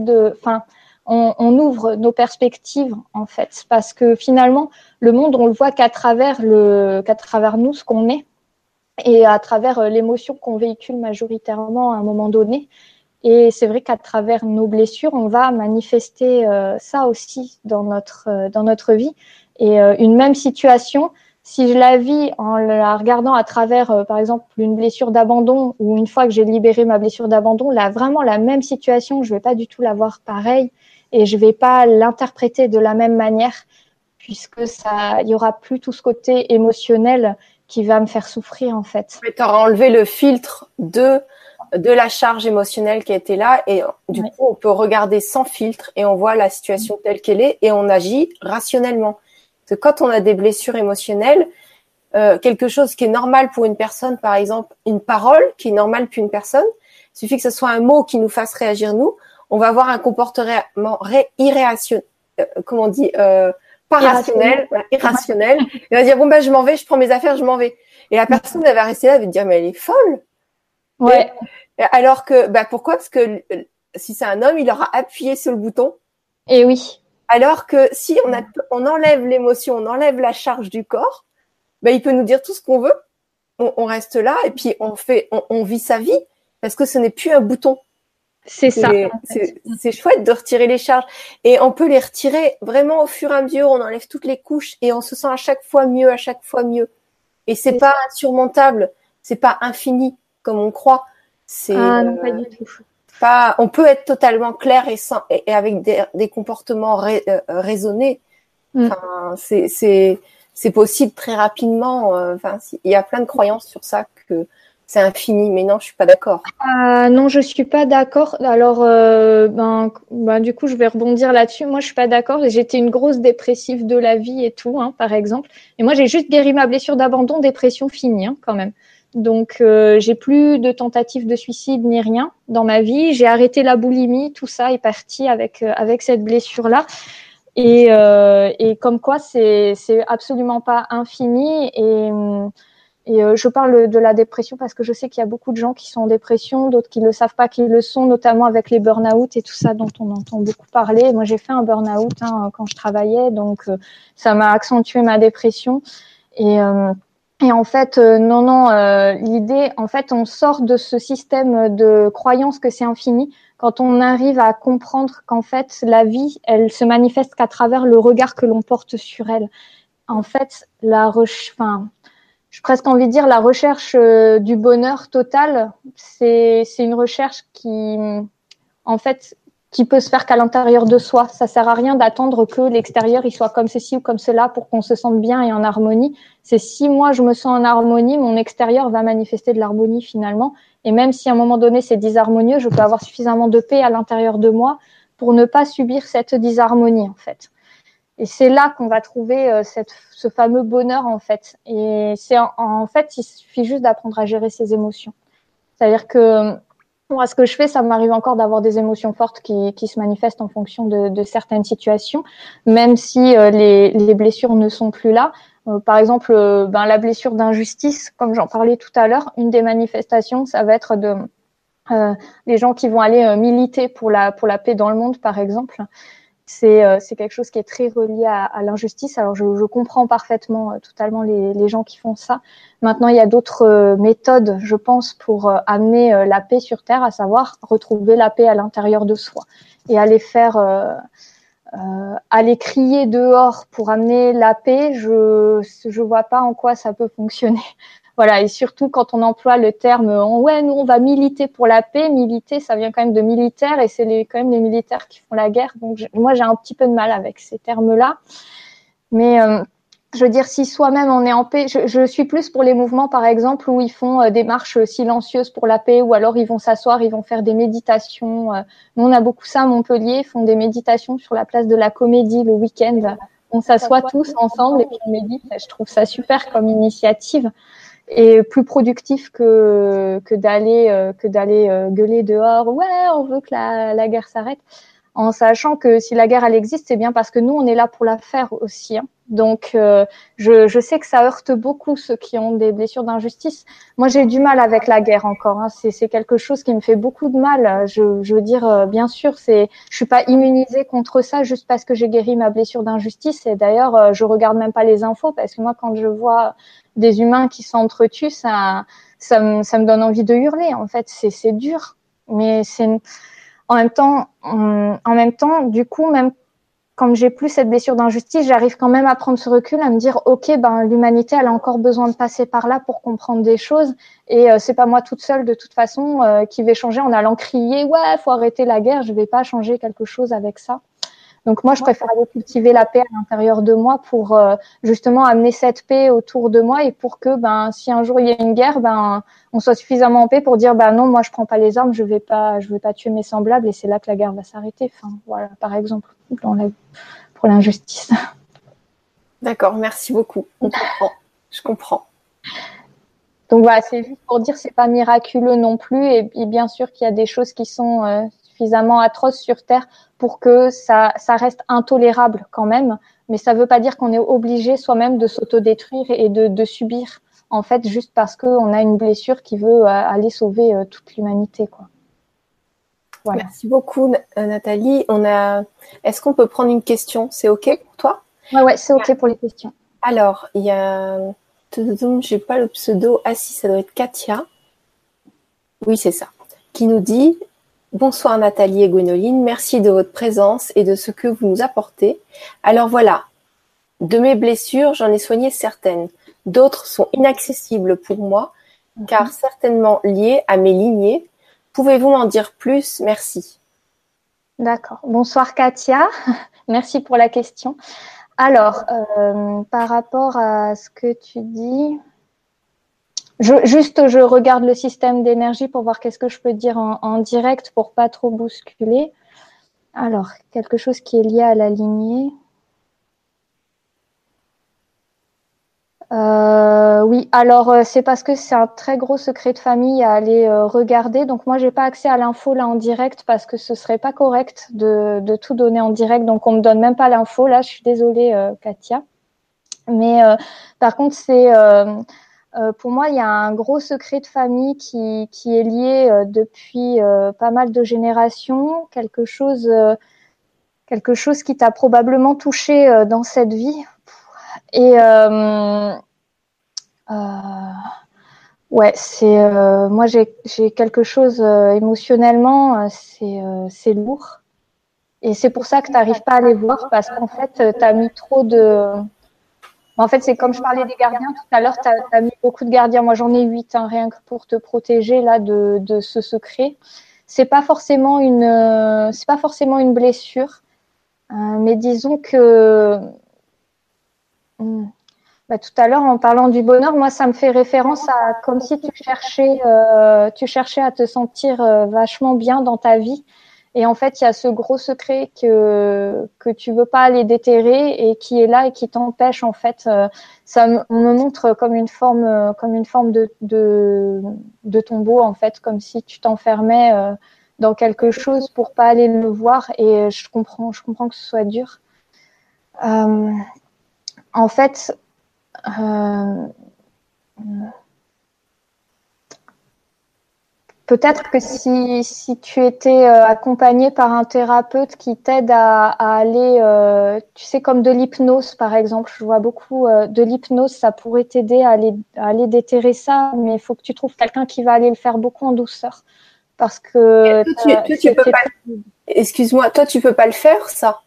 on ouvre nos perspectives en fait, parce que finalement le monde on le voit qu'à travers nous, ce qu'on est, et à travers l'émotion qu'on véhicule majoritairement à un moment donné. Et c'est vrai qu'à travers nos blessures, on va manifester ça aussi dans notre vie. Et une même situation, si je la vis en la regardant à travers, par exemple, une blessure d'abandon, ou une fois que j'ai libéré ma blessure d'abandon, là, vraiment la même situation, je vais pas du tout la voir pareil et je vais pas l'interpréter de la même manière, puisque il y aura plus tout ce côté émotionnel qui va me faire souffrir en fait. Tu auras enlevé le filtre de la charge émotionnelle qui était là et du coup on peut regarder sans filtre et on voit la situation telle qu'elle est et on agit rationnellement. Parce que quand on a des blessures émotionnelles, quelque chose qui est normal pour une personne, par exemple une parole qui est normale pour une personne, il suffit que ce soit un mot qui nous fasse réagir nous, on va avoir un comportement irrationnel, pas rationnel, irrationnel. Il va dire bon je m'en vais, je prends mes affaires, je m'en vais. Et la personne elle va rester là, elle va dire mais elle est folle. Ouais. Alors que pourquoi? Parce que si c'est un homme, il aura appuyé sur le bouton. Et oui. Alors que si on enlève l'émotion, on enlève la charge du corps, il peut nous dire tout ce qu'on veut. On reste là et puis on vit sa vie parce que ce n'est plus un bouton. C'est ça. C'est chouette de retirer les charges. Et on peut les retirer vraiment au fur et à mesure. On enlève toutes les couches et on se sent à chaque fois mieux, à chaque fois mieux. Et c'est pas insurmontable. C'est pas infini comme on croit. Non, pas du tout. On peut être totalement clair et avec des comportements raisonnés. Enfin, c'est possible très rapidement. Enfin, il y a plein de croyances sur ça que c'est infini, mais non, je suis pas d'accord. Non, je suis pas d'accord. Alors, du coup, je vais rebondir là-dessus. Moi, je suis pas d'accord. J'étais une grosse dépressive de la vie et tout, par exemple. Et moi, j'ai juste guéri ma blessure d'abandon, dépression finie, quand même. Donc, j'ai plus de tentatives de suicide ni rien dans ma vie. J'ai arrêté la boulimie, tout ça est parti avec cette blessure-là. Et comme quoi, c'est absolument pas infini. Et je parle de la dépression parce que je sais qu'il y a beaucoup de gens qui sont en dépression, d'autres qui ne le savent pas qu'ils le sont, notamment avec les burn-out et tout ça dont on entend beaucoup parler. Moi, j'ai fait un burn-out quand je travaillais, donc ça m'a accentué ma dépression. Et en fait, l'idée, en fait, on sort de ce système de croyance que c'est infini quand on arrive à comprendre qu'en fait, la vie, elle se manifeste qu'à travers le regard que l'on porte sur elle. En fait, j'ai presque envie de dire la recherche du bonheur total, c'est une recherche en fait, qui peut se faire qu'à l'intérieur de soi. Ça sert à rien d'attendre que l'extérieur il soit comme ceci ou comme cela pour qu'on se sente bien et en harmonie. C'est si moi je me sens en harmonie, mon extérieur va manifester de l'harmonie finalement. Et même si à un moment donné c'est disharmonieux, je peux avoir suffisamment de paix à l'intérieur de moi pour ne pas subir cette disharmonie en fait. Et c'est là qu'on va trouver ce fameux bonheur en fait. Et c'est en fait, il suffit juste d'apprendre à gérer ses émotions. C'est-à-dire que moi, ce que je fais, ça m'arrive encore d'avoir des émotions fortes qui se manifestent en fonction de certaines situations, même si les blessures ne sont plus là. Par exemple, la blessure d'injustice, comme j'en parlais tout à l'heure, une des manifestations, ça va être des gens qui vont aller militer pour la paix dans le monde, par exemple. C'est quelque chose qui est très relié à l'injustice. Alors, je comprends parfaitement totalement les gens qui font ça. Maintenant, il y a d'autres méthodes, je pense, pour amener la paix sur Terre, à savoir retrouver la paix à l'intérieur de soi et aller crier dehors pour amener la paix. Je vois pas en quoi ça peut fonctionner. Voilà, et surtout quand on emploie le terme ouais, nous on va militer pour la paix. Militer, ça vient quand même de militaire et c'est quand même les militaires qui font la guerre. Donc moi j'ai un petit peu de mal avec ces termes-là. Mais je veux dire, si soi-même on est en paix, je suis plus pour les mouvements par exemple où ils font des marches silencieuses pour la paix ou alors ils vont s'asseoir, ils vont faire des méditations. Nous on a beaucoup ça à Montpellier, ils font des méditations sur la place de la Comédie le week-end. On s'assoit tous ensemble et puis on médite. Je trouve ça super comme initiative. Et plus productif que d'aller gueuler dehors. Ouais, on veut que la guerre s'arrête. En sachant que si la guerre elle existe, c'est bien parce que nous on est là pour la faire aussi. Donc je sais que ça heurte beaucoup ceux qui ont des blessures d'injustice. Moi j'ai du mal avec la guerre encore. C'est quelque chose qui me fait beaucoup de mal. Je veux dire bien sûr je suis pas immunisée contre ça juste parce que j'ai guéri ma blessure d'injustice. Et d'ailleurs je regarde même pas les infos parce que moi quand je vois des humains qui s'entretuent, ça me donne envie de hurler. En fait, c'est dur, mais en même temps, du coup, même comme j'ai plus cette blessure d'injustice, j'arrive quand même à prendre ce recul, à me dire, ok, l'humanité, elle a encore besoin de passer par là pour comprendre des choses, et c'est pas moi toute seule de toute façon qui vais changer en allant crier, ouais, faut arrêter la guerre. Je vais pas changer quelque chose avec ça. Donc moi, je préfère aller cultiver la paix à l'intérieur de moi pour justement amener cette paix autour de moi et pour que si un jour il y a une guerre, on soit suffisamment en paix pour dire non, moi je prends pas les armes, je vais pas tuer mes semblables et c'est là que la guerre va s'arrêter. Enfin voilà, par exemple, pour l'injustice. D'accord, merci beaucoup. On comprend. Je comprends. Donc voilà, c'est juste pour dire c'est pas miraculeux non plus et bien sûr qu'il y a des choses qui sont suffisamment atroces sur Terre pour que ça reste intolérable quand même, mais ça veut pas dire qu'on est obligé soi-même de s'autodétruire et de subir en fait juste parce qu'on a une blessure qui veut aller sauver toute l'humanité quoi. Voilà. Merci beaucoup Nathalie. Est-ce qu'on peut prendre une question? C'est OK pour toi? Ouais, c'est OK pour les questions. Alors, il y a j'ai pas le pseudo. Ah si, ça doit être Katia. Oui, c'est ça. Qui nous dit Bonsoir Nathalie et Gwénoline, merci de votre présence et de ce que vous nous apportez. Alors voilà, de mes blessures, j'en ai soigné certaines. D'autres sont inaccessibles pour moi, car certainement liées à mes lignées. Pouvez-vous m'en dire plus? Merci. D'accord. Bonsoir Katia, merci pour la question. Alors, par rapport à ce que tu dis, je regarde le système d'énergie pour voir qu'est-ce que je peux dire en direct pour pas trop bousculer. Alors, quelque chose qui est lié à la lignée. Oui, alors c'est parce que c'est un très gros secret de famille à aller regarder. Donc moi, j'ai pas accès à l'info là en direct parce que ce serait pas correct de tout donner en direct. Donc on me donne même pas l'info là. Je suis désolée, Katia. Mais par contre, c'est pour moi, il y a un gros secret de famille qui est lié depuis pas mal de générations. Quelque chose qui t'a probablement touché dans cette vie. Et ouais, c'est moi j'ai quelque chose émotionnellement, c'est lourd. Et c'est pour ça que tu n'arrives pas à les voir parce qu'en fait, tu as mis trop de. En fait, c'est comme je parlais des gardiens tout à l'heure, tu as mis beaucoup de gardiens. Moi, j'en ai 8, hein, rien que pour te protéger là de ce secret. C'est pas forcément une blessure, mais disons que. Bah, tout à l'heure, en parlant du bonheur, moi, ça me fait référence à comme si tu cherchais à te sentir vachement bien dans ta vie. Et en fait, il y a ce gros secret que tu veux pas aller déterrer et qui est là et qui t'empêche, en fait. On me montre comme une forme de tombeau, en fait, comme si tu t'enfermais dans quelque chose pour pas aller le voir. Et je comprends que ce soit dur. En fait, peut-être que si tu étais accompagné par un thérapeute qui t'aide à aller, tu sais, comme de l'hypnose par exemple, je vois beaucoup de l'hypnose, ça pourrait t'aider à aller déterrer ça, mais il faut que tu trouves quelqu'un qui va aller le faire beaucoup en douceur. Parce que tu peux pas. Excuse-moi, toi tu peux pas le faire, ça?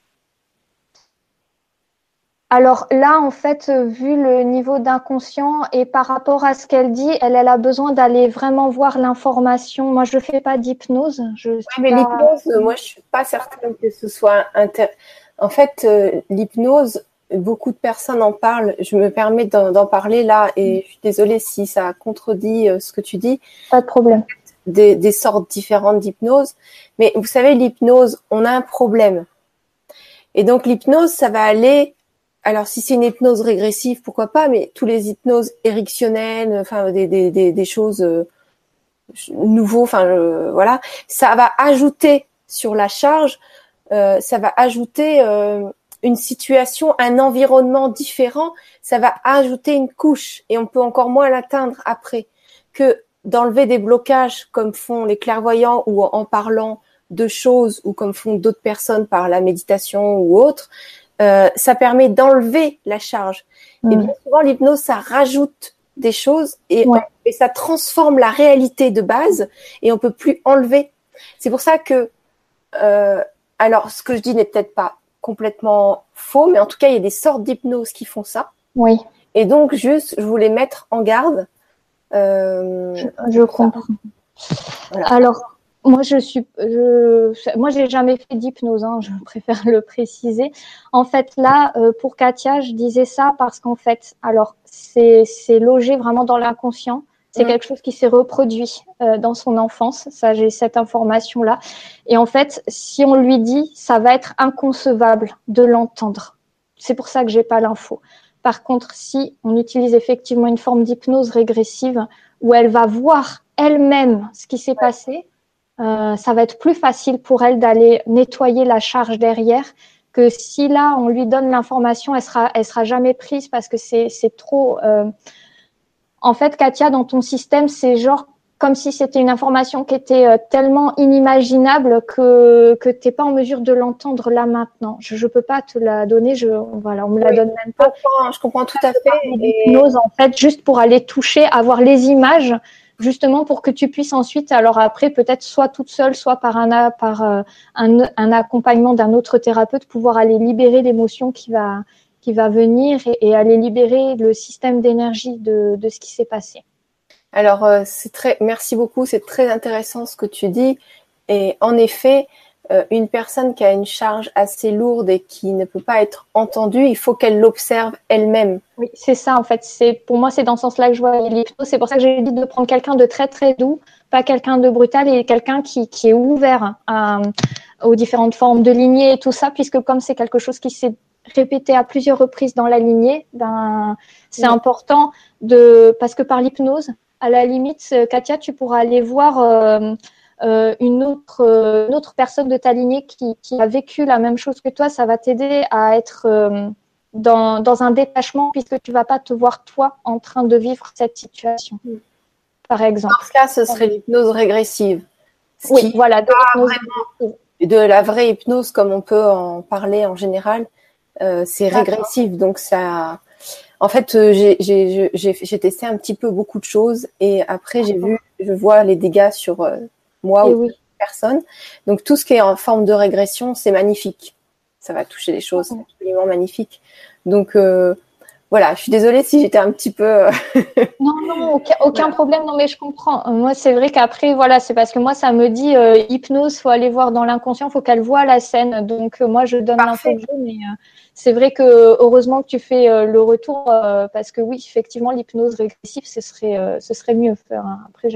Alors là, en fait, vu le niveau d'inconscient et par rapport à ce qu'elle dit, elle a besoin d'aller vraiment voir l'information. Moi, je fais pas d'hypnose. Mais l'hypnose, moi, je suis pas certaine que ce soit En fait, l'hypnose, beaucoup de personnes en parlent. Je me permets d'en parler là, et je suis désolée si ça contredit ce que tu dis. Pas de problème. Des sortes différentes d'hypnose. Mais vous savez, l'hypnose, on a un problème. Et donc, l'hypnose, ça va aller. Alors, si c'est une hypnose régressive, pourquoi pas, mais tous les hypnoseséricksoniennes, enfin, des choses nouveaux, enfin, voilà, ça va ajouter sur la charge, ça va ajouter une situation, un environnement différent, ça va ajouter une couche, et on peut encore moins l'atteindre après, que d'enlever des blocages comme font les clairvoyants ou en parlant de choses, ou comme font d'autres personnes par la méditation ou autre. Ça permet d'enlever la charge. Et bien souvent, l'hypnose, ça rajoute des choses et ça transforme la réalité de base et on peut plus enlever. C'est pour ça que, alors, ce que je dis n'est peut-être pas complètement faux, mais en tout cas, il y a des sortes d'hypnose qui font ça. Oui. Et donc, juste, je voulais mettre en garde. Je comprends. Voilà. Alors, moi, j'ai jamais fait d'hypnose, hein, je préfère le préciser. En fait, là, pour Katia, je disais ça parce qu'en fait, alors, c'est logé vraiment dans l'inconscient. C'est quelque chose qui s'est reproduit dans son enfance. Ça, j'ai cette information-là. Et en fait, si on lui dit, ça va être inconcevable de l'entendre. C'est pour ça que j'ai pas l'info. Par contre, si on utilise effectivement une forme d'hypnose régressive où elle va voir elle-même ce qui s'est passé, ça va être plus facile pour elle d'aller nettoyer la charge derrière que si là on lui donne l'information, elle sera jamais prise parce que c'est trop. En fait, Katia, dans ton système, c'est genre comme si c'était une information qui était tellement inimaginable que t'es pas en mesure de l'entendre là maintenant. Je peux pas te la donner. On me la donne même pas. Je comprends tout à fait. L'hypnose, en fait, juste pour aller toucher, avoir les images justement pour que tu puisses ensuite, alors après, peut-être soit toute seule, soit par un accompagnement d'un autre thérapeute, pouvoir aller libérer l'émotion qui va venir et aller libérer le système d'énergie de ce qui s'est passé. Alors, merci beaucoup, c'est très intéressant ce que tu dis. Et en effet, une personne qui a une charge assez lourde et qui ne peut pas être entendue, il faut qu'elle l'observe elle-même. Oui, c'est ça en fait. Pour moi, c'est dans ce sens-là que je vois l'hypnose. C'est pour ça que j'ai dit de prendre quelqu'un de très très doux, pas quelqu'un de brutal et quelqu'un qui est ouvert aux différentes formes de lignée et tout ça, puisque comme c'est quelque chose qui s'est répété à plusieurs reprises dans la lignée, c'est important parce que par l'hypnose, à la limite, Katia, tu pourras aller voir une autre personne de ta lignée qui a vécu la même chose que toi. Ça va t'aider à être dans un détachement, puisque tu vas pas te voir toi en train de vivre cette situation, par exemple. Dans ce cas, ce serait l'hypnose régressive. Oui, voilà, de la vraie hypnose, comme on peut en parler en général, c'est régressif. Donc ça, en fait, j'ai testé un petit peu beaucoup de choses et après je vois les dégâts sur moi ou personne. Donc tout ce qui est en forme de régression, c'est magnifique. Ça va toucher les choses, c'est absolument magnifique. Donc voilà, je suis désolée si j'étais un petit peu. Non, aucun problème. Non, mais je comprends. Moi, c'est vrai qu'après, voilà, c'est parce que moi, ça me dit hypnose, faut aller voir dans l'inconscient, faut qu'elle voie la scène. Donc moi, je donne l'info que j'ai, mais c'est vrai que heureusement que tu fais le retour parce que oui, effectivement, l'hypnose régressive, ce serait mieux faire. Après,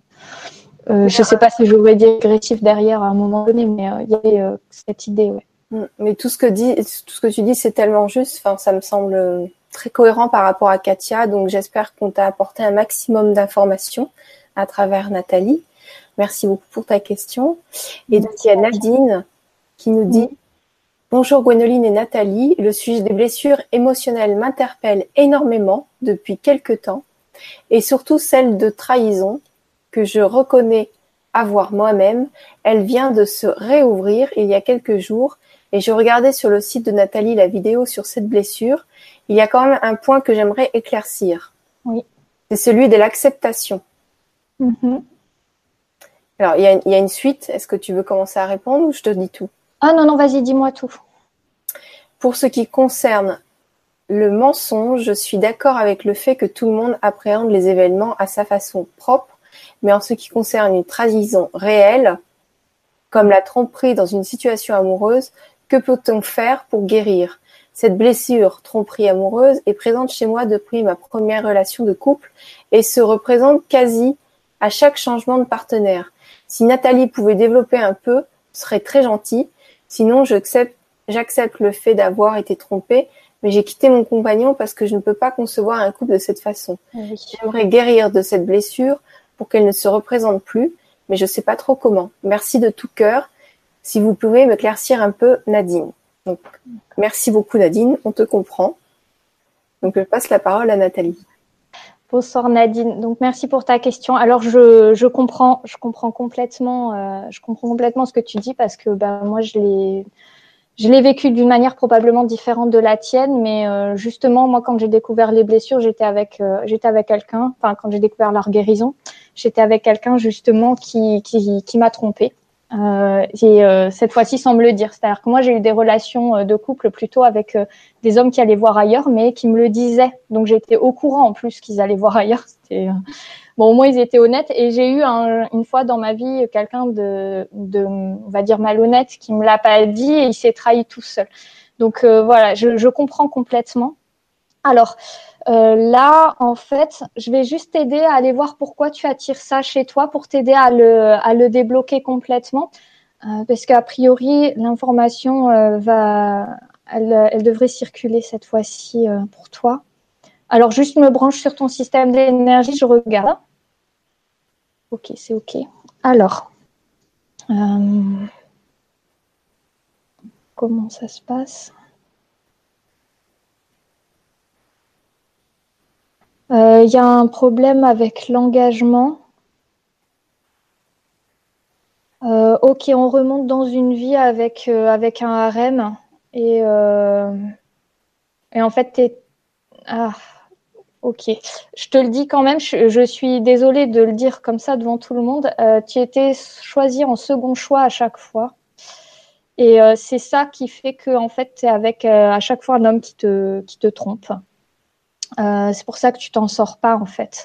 je sais pas si j'aurais dit régressif derrière à un moment donné, mais il y avait cette idée, ouais. Mais tout ce que tu dis, c'est tellement juste. Enfin, ça me semble très cohérent par rapport à Katia. Donc, j'espère qu'on t'a apporté un maximum d'informations à travers Nathalie. Merci beaucoup pour ta question. Et donc, il y a Nadine qui nous dit « Bonjour Gwénoline et Nathalie. Le sujet des blessures émotionnelles m'interpelle énormément depuis quelque temps et surtout celle de trahison que je reconnais avoir moi-même. Elle vient de se réouvrir il y a quelques jours. Et je regardais sur le site de Nathalie la vidéo sur cette blessure. Il y a quand même un point que j'aimerais éclaircir. Oui. C'est celui de l'acceptation. Alors, il y a une suite. Est-ce que tu veux commencer à répondre ou je te dis tout? Ah non, vas-y, dis-moi tout. Pour ce qui concerne le mensonge, je suis d'accord avec le fait que tout le monde appréhende les événements à sa façon propre. Mais en ce qui concerne une trahison réelle, comme la tromperie dans une situation amoureuse, que peut-on faire pour guérir? Cette blessure, tromperie amoureuse, est présente chez moi depuis ma première relation de couple et se représente quasi à chaque changement de partenaire. Si Nathalie pouvait développer un peu, ce serait très gentil. Sinon, j'accepte le fait d'avoir été trompée, mais j'ai quitté mon compagnon parce que je ne peux pas concevoir un couple de cette façon. Oui. J'aimerais guérir de cette blessure pour qu'elle ne se représente plus, mais je ne sais pas trop comment. Merci de tout cœur. Si vous pouvez m'éclaircir un peu, Nadine. Donc, merci beaucoup, Nadine. On te comprend. Donc, je passe la parole à Nathalie. Bonsoir Nadine. Donc merci pour ta question. Alors je comprends complètement ce que tu dis parce que moi je l'ai vécu d'une manière probablement différente de la tienne, mais justement moi quand j'ai découvert les blessures, j'étais avec quelqu'un. Enfin quand j'ai découvert leur guérison, j'étais avec quelqu'un justement qui m'a trompée. Cette fois-ci sans me le dire. C'est-à-dire que moi j'ai eu des relations de couple plutôt avec des hommes qui allaient voir ailleurs, mais qui me le disaient. Donc j'étais au courant en plus qu'ils allaient voir ailleurs. Bon, au moins ils étaient honnêtes. Et j'ai eu une fois dans ma vie quelqu'un de on va dire malhonnête qui me l'a pas dit et il s'est trahi tout seul. Donc voilà, je comprends complètement. Alors là, en fait, je vais juste t'aider à aller voir pourquoi tu attires ça chez toi pour t'aider à le débloquer complètement. Parce qu'a priori, l'information elle devrait circuler cette fois-ci pour toi. Alors, juste me branche sur ton système d'énergie, je regarde. Ok, c'est ok. Alors, comment ça se passe? Y a un problème avec l'engagement. Ok, on remonte dans une vie avec un harem et en fait Ok, je te le dis quand même, je suis désolée de le dire comme ça devant tout le monde. Tu étais choisi en second choix à chaque fois. Et c'est ça qui fait que en fait, tu es avec à chaque fois un homme qui te trompe. C'est pour ça que tu t'en sors pas en fait.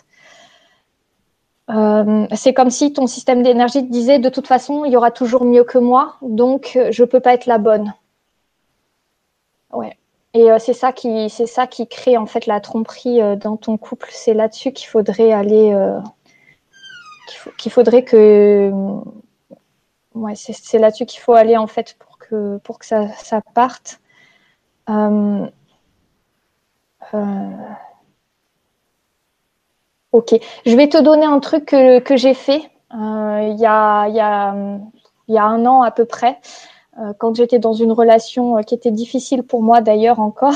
C'est comme si ton système d'énergie te disait de toute façon, il y aura toujours mieux que moi, donc je peux pas être la bonne. Ouais. Et c'est ça qui crée en fait la tromperie dans ton couple. C'est là-dessus qu'il faudrait aller, qu'il faudrait que, ouais, c'est là-dessus qu'il faut aller en fait pour que ça parte. Euh, Ok, je vais te donner un truc que j'ai fait il y a un an à peu près, quand j'étais dans une relation qui était difficile pour moi d'ailleurs encore.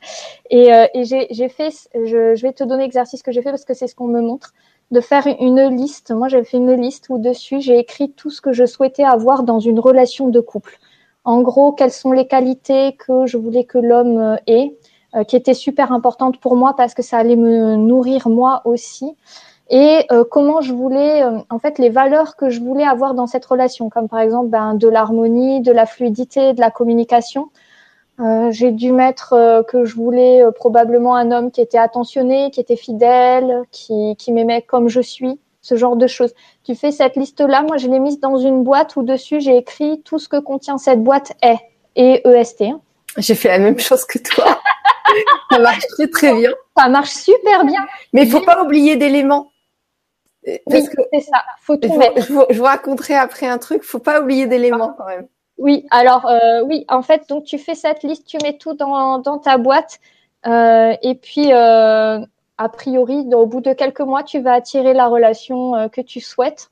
Et j'ai fait, je vais te donner l'exercice que j'ai fait parce que c'est ce qu'on me montre, de faire une liste. Moi, j'avais fait une liste où dessus, j'ai écrit tout ce que je souhaitais avoir dans une relation de couple. En gros, quelles sont les qualités que je voulais que l'homme ait, qui étaient super importantes pour moi parce que ça allait me nourrir moi aussi. Et comment je voulais, en fait, les valeurs que je voulais avoir dans cette relation, comme par exemple de l'harmonie, de la fluidité, de la communication. J'ai dû mettre que je voulais probablement un homme qui était attentionné, qui était fidèle, qui m'aimait comme je suis, ce genre de choses. Tu fais cette liste-là, moi je l'ai mise dans une boîte où dessus j'ai écrit tout ce que contient cette boîte est, et EST. J'ai fait la même chose que toi. Ça marche très très bien. Ça marche super bien. Mais il faut pas oublier d'éléments. Oui, c'est ça. Faut tout mettre. Je vous raconterai après un truc. Faut pas oublier d'éléments quand même. Oui, alors oui, en fait, donc tu fais cette liste, tu mets tout dans ta boîte, et puis a priori, au bout de quelques mois, tu vas attirer la relation que tu souhaites.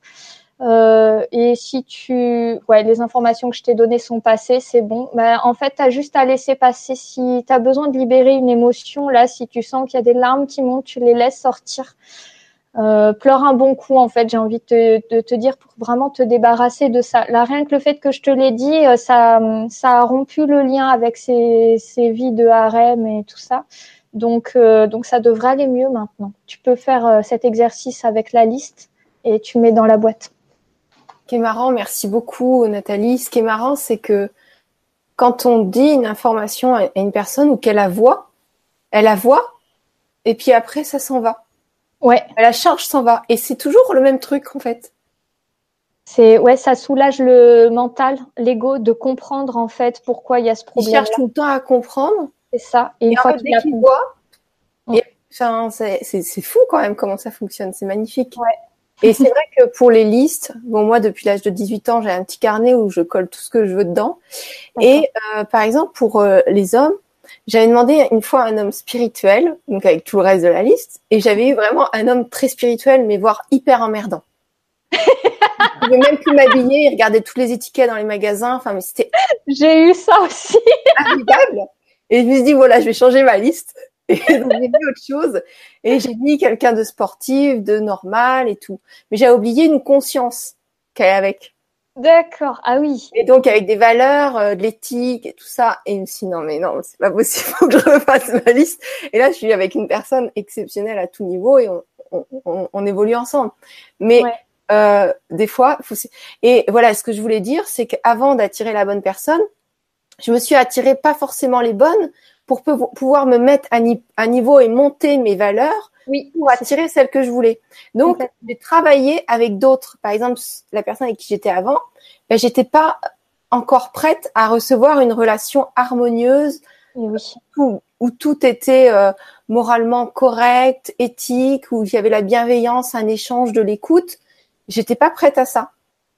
Et si les informations que je t'ai données sont passées, c'est bon. Ben, en fait, tu as juste à laisser passer. Si tu as besoin de libérer une émotion, là, si tu sens qu'il y a des larmes qui montent, tu les laisses sortir. Pleure un bon coup, en fait, j'ai envie de te dire, pour vraiment te débarrasser de ça. Là, rien que le fait que je te l'ai dit, ça a rompu le lien avec ces vies de harem et tout ça. Donc ça devrait aller mieux maintenant. Tu peux faire cet exercice avec la liste et tu mets dans la boîte. Ce qui est marrant, merci beaucoup Nathalie. Ce qui est marrant, c'est que quand on dit une information à une personne ou qu'elle elle la voit, et puis après, ça s'en va. Ouais. La charge s'en va. Et c'est toujours le même truc, en fait. Ça soulage le mental, l'ego, de comprendre, en fait, pourquoi il y a ce problème. Il cherche tout le temps à comprendre. C'est ça. Et une fois qu'il voit, c'est fou quand même comment ça fonctionne. C'est magnifique. Ouais. Et c'est vrai que pour les listes, bon, moi, depuis l'âge de 18 ans, j'ai un petit carnet où je colle tout ce que je veux dedans. Et par exemple, pour les hommes, j'avais demandé une fois un homme spirituel, donc avec tout le reste de la liste, et j'avais eu vraiment un homme très spirituel, mais voire hyper emmerdant. Je pouvais même plus m'habiller, il regardait toutes les étiquettes dans les magasins, enfin, mais c'était... J'ai eu ça aussi. Incroyable. Et je me suis dit, voilà, je vais changer ma liste. Et donc, j'ai mis autre chose. Et j'ai mis quelqu'un de sportif, de normal et tout. Mais j'ai oublié une conscience qu'elle est avec. D'accord, ah oui. Et donc, avec des valeurs, de l'éthique et tout ça. Et je me suis dit, non, c'est pas possible, faut que je refasse ma liste. Et là, je suis avec une personne exceptionnelle à tout niveau et on évolue ensemble. Mais des fois, et voilà, ce que je voulais dire, c'est qu'avant d'attirer la bonne personne, je me suis attirée pas forcément les bonnes pour pouvoir me mettre à niveau et monter mes valeurs pour attirer celles que je voulais. Donc, j'ai travaillé avec d'autres. Par exemple, la personne avec qui j'étais avant, j'étais pas encore prête à recevoir une relation harmonieuse où tout était moralement correct, éthique, où il y avait la bienveillance, un échange, de l'écoute. J'étais pas prête à ça.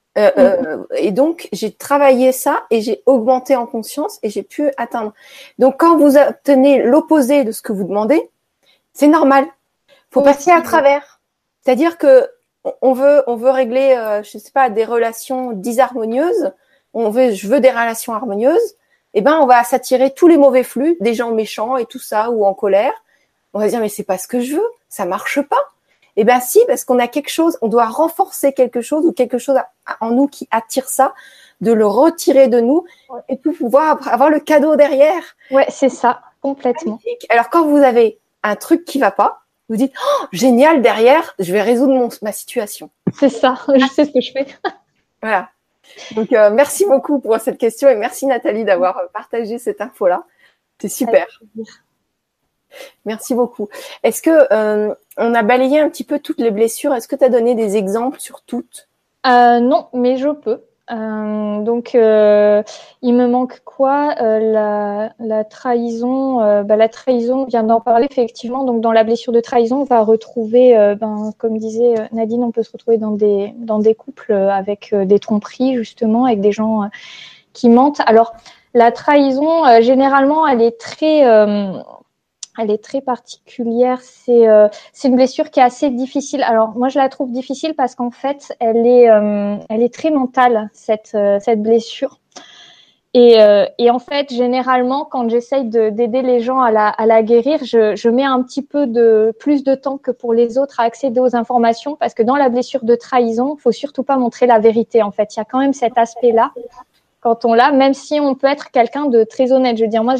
Et donc, j'ai travaillé ça et j'ai augmenté en conscience et j'ai pu atteindre. Donc, quand vous obtenez l'opposé de ce que vous demandez, c'est normal. Faut passer à travers. C'est-à-dire que on veut régler, je sais pas, des relations disharmonieuses. Je veux des relations harmonieuses. Eh ben, on va s'attirer tous les mauvais flux, des gens méchants et tout ça, ou en colère. On va se dire, mais c'est pas ce que je veux. Ça marche pas. Eh ben si, parce qu'on a quelque chose, on doit renforcer quelque chose ou quelque chose en nous qui attire ça, de le retirer de nous et pour pouvoir avoir le cadeau derrière. Ouais, c'est ça, complètement. Magnifique. Alors quand vous avez un truc qui va pas, vous dites oh, génial, derrière, je vais résoudre ma situation. C'est ça, je sais ce que je fais. Voilà. Donc, merci beaucoup pour cette question et merci Nathalie d'avoir partagé cette info-là. C'est super. Merci beaucoup. Est-ce que on a balayé un petit peu toutes les blessures? Est-ce que tu as donné des exemples sur toutes? Non, mais je peux. Donc, il me manque quoi? La trahison. La trahison, on vient d'en parler effectivement. Donc, dans la blessure de trahison, on va retrouver, comme disait Nadine, on peut se retrouver dans des couples avec des tromperies justement, avec des gens qui mentent. Alors, la trahison, généralement, elle est très particulière. C'est une blessure qui est assez difficile. Alors moi je la trouve difficile parce qu'en fait elle est très mentale cette blessure. Et en fait généralement quand j'essaye d'aider les gens à la guérir, je mets un petit peu plus de temps que pour les autres à accéder aux informations parce que dans la blessure de trahison, faut surtout pas montrer la vérité. En fait, il y a quand même cet aspect-là. Quand on l'a, même si on peut être quelqu'un de très honnête. Je veux dire, moi,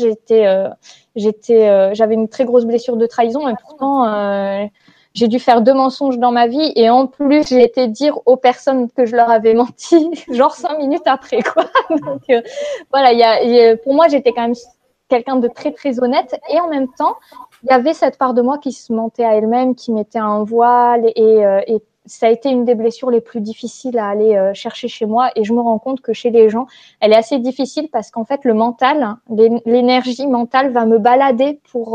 j'avais une très grosse blessure de trahison et pourtant, j'ai dû faire 2 mensonges dans ma vie et en plus, j'ai été dire aux personnes que je leur avais menti, genre 5 minutes après, quoi. Donc, voilà, pour moi, j'étais quand même quelqu'un de très, très honnête et en même temps, il y avait cette part de moi qui se mentait à elle-même, qui mettait un voile et ça a été une des blessures les plus difficiles à aller chercher chez moi et je me rends compte que chez les gens, elle est assez difficile parce qu'en fait le mental, l'énergie mentale va me balader pour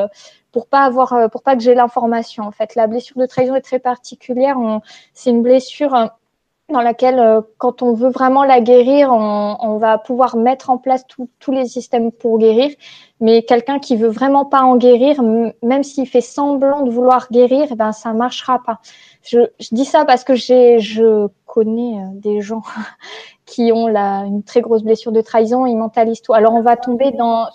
pas que j'ai l'information. En fait, la blessure de trahison est très particulière. C'est une blessure dans laquelle, quand on veut vraiment la guérir, on va pouvoir mettre en place tous les systèmes pour guérir. Mais quelqu'un qui veut vraiment pas en guérir, même s'il fait semblant de vouloir guérir, eh ben ça marchera pas. Je dis ça parce que je connais des gens qui ont une très grosse blessure de trahison, ils mentalisent tout. Alors on va tomber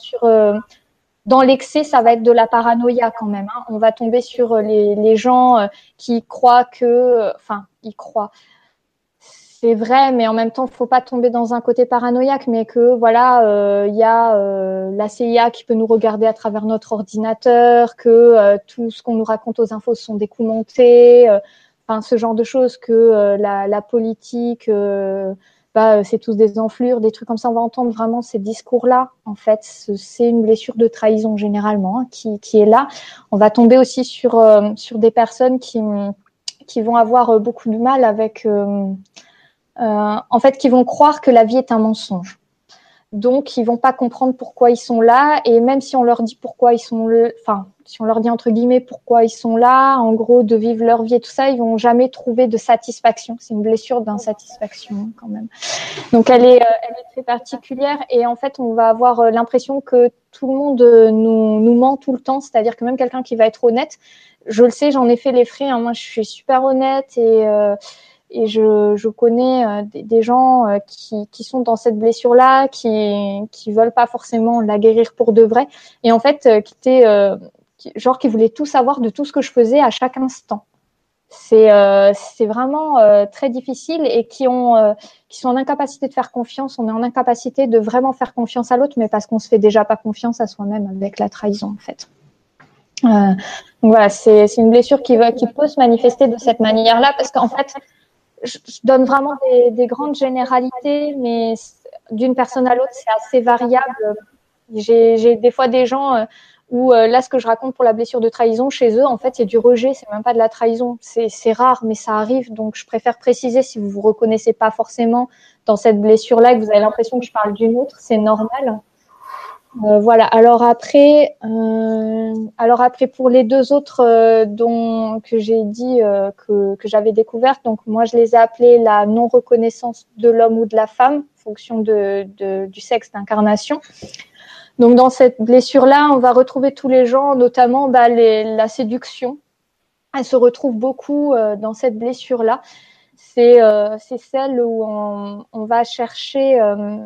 dans l'excès, ça va être de la paranoïa quand même. Hein. On va tomber sur les gens qui croient ils croient. C'est vrai, mais en même temps, faut pas tomber dans un côté paranoïaque, mais que voilà, y a la CIA qui peut nous regarder à travers notre ordinateur, que tout ce qu'on nous raconte aux infos sont des coups montés, ce genre de choses, que la politique, c'est tous des enflures, des trucs comme ça. On va entendre vraiment ces discours-là. En fait, c'est une blessure de trahison généralement qui est là. On va tomber aussi sur des personnes qui vont avoir beaucoup de mal avec en fait, qui vont croire que la vie est un mensonge. Donc, ils vont pas comprendre pourquoi ils sont là. Et même si on leur dit pourquoi ils sont là, si on leur dit entre guillemets pourquoi ils sont là, en gros, de vivre leur vie et tout ça, ils vont jamais trouver de satisfaction. C'est une blessure d'insatisfaction, quand même. Donc, elle est très particulière. Et en fait, on va avoir l'impression que tout le monde nous ment tout le temps. C'est-à-dire que même quelqu'un qui va être honnête, je le sais, j'en ai fait les frais. Hein. Moi, je suis super honnête et je connais des gens qui sont dans cette blessure-là, qui veulent pas forcément la guérir pour de vrai, et en fait qui voulaient tout savoir de tout ce que je faisais à chaque instant. C'est vraiment très difficile et qui sont en incapacité de faire confiance. On est en incapacité de vraiment faire confiance à l'autre, mais parce qu'on se fait déjà pas confiance à soi-même avec la trahison, en fait. Donc voilà, c'est une blessure qui peut se manifester de cette manière-là, parce qu'en fait, je donne vraiment des grandes généralités, mais d'une personne à l'autre, c'est assez variable. J'ai des fois des gens où là, ce que je raconte pour la blessure de trahison, chez eux, en fait, c'est du rejet, c'est même pas de la trahison. C'est rare, mais ça arrive. Donc, je préfère préciser, si vous vous reconnaissez pas forcément dans cette blessure-là et que vous avez l'impression que je parle d'une autre, c'est normal. Voilà. Alors après, pour les 2 autres que j'ai dit que j'avais découvertes, donc moi je les ai appelées la non reconnaissance de l'homme ou de la femme, en fonction du sexe d'incarnation. Donc dans cette blessure-là, on va retrouver tous les gens, notamment la séduction. Elle se retrouve beaucoup dans cette blessure-là. C'est celle où on va chercher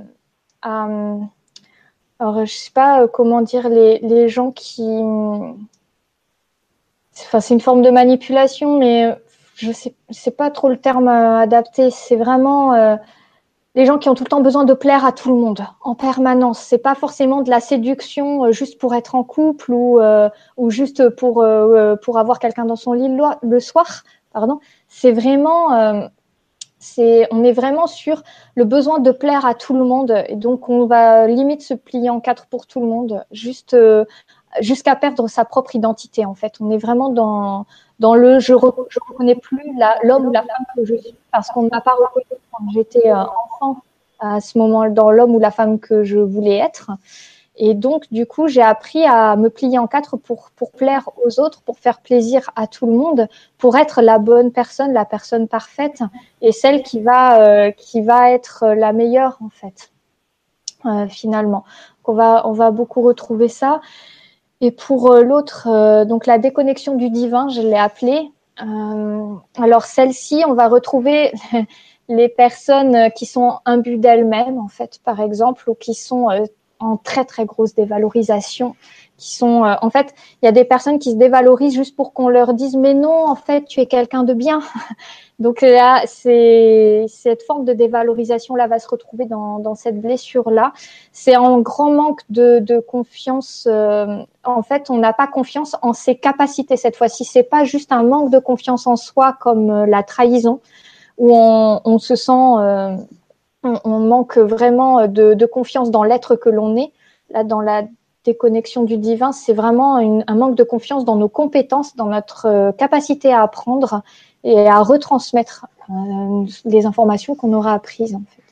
alors, je sais pas comment dire, les gens qui... c'est une forme de manipulation, mais je sais pas trop le terme adapté. C'est vraiment les gens qui ont tout le temps besoin de plaire à tout le monde en permanence. C'est pas forcément de la séduction juste pour être en couple ou juste pour avoir quelqu'un dans son lit le soir. Pardon. C'est vraiment on est vraiment sur le besoin de plaire à tout le monde. Et donc on va limite se plier en quatre pour tout le monde, jusqu'à perdre sa propre identité. En fait, on est vraiment dans le je reconnais plus l'homme ou la femme que je suis parce qu'on ne m'a pas reconnu quand j'étais enfant à ce moment dans l'homme ou la femme que je voulais être. Et donc, du coup, j'ai appris à me plier en quatre pour plaire aux autres, pour faire plaisir à tout le monde, pour être la bonne personne, la personne parfaite et celle qui va être la meilleure, en fait, finalement. Donc, on va beaucoup retrouver ça. Et pour l'autre, donc la déconnexion du divin, je l'ai appelée. Alors, celle-ci, on va retrouver les personnes qui sont imbues d'elles-mêmes, en fait, par exemple, ou qui sont en très très grosse dévalorisation, qui sont en fait, il y a des personnes qui se dévalorisent juste pour qu'on leur dise mais non, en fait, tu es quelqu'un de bien. Donc là, cette forme de dévalorisation là va se retrouver dans cette blessure là. C'est un grand manque de confiance. En fait, on n'a pas confiance en ses capacités cette fois-ci. C'est pas juste un manque de confiance en soi comme la trahison où on se sent on manque vraiment de confiance dans l'être que l'on est. Là, dans la déconnexion du divin, c'est vraiment un manque de confiance dans nos compétences, dans notre capacité à apprendre et à retransmettre les informations qu'on aura apprises, en fait.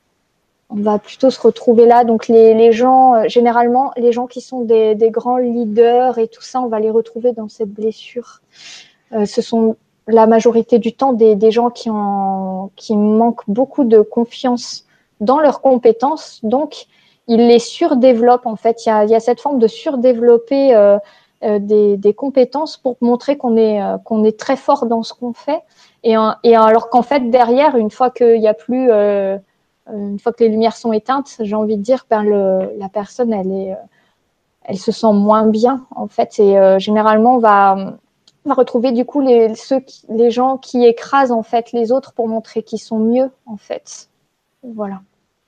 On va plutôt se retrouver là. Donc, les gens, généralement, les gens qui sont des grands leaders et tout ça, on va les retrouver dans cette blessure. Ce sont la majorité du temps des gens qui manquent beaucoup de confiance dans leurs compétences, donc ils les surdéveloppent. En fait, il y a cette forme de surdévelopper des compétences pour montrer qu'on est très fort dans ce qu'on fait, et alors qu'en fait derrière, une fois qu'il y a plus une fois que les lumières sont éteintes, j'ai envie de dire, la personne elle se sent moins bien, en fait, et généralement on va retrouver du coup les gens qui écrasent en fait les autres pour montrer qu'ils sont mieux, en fait. Voilà.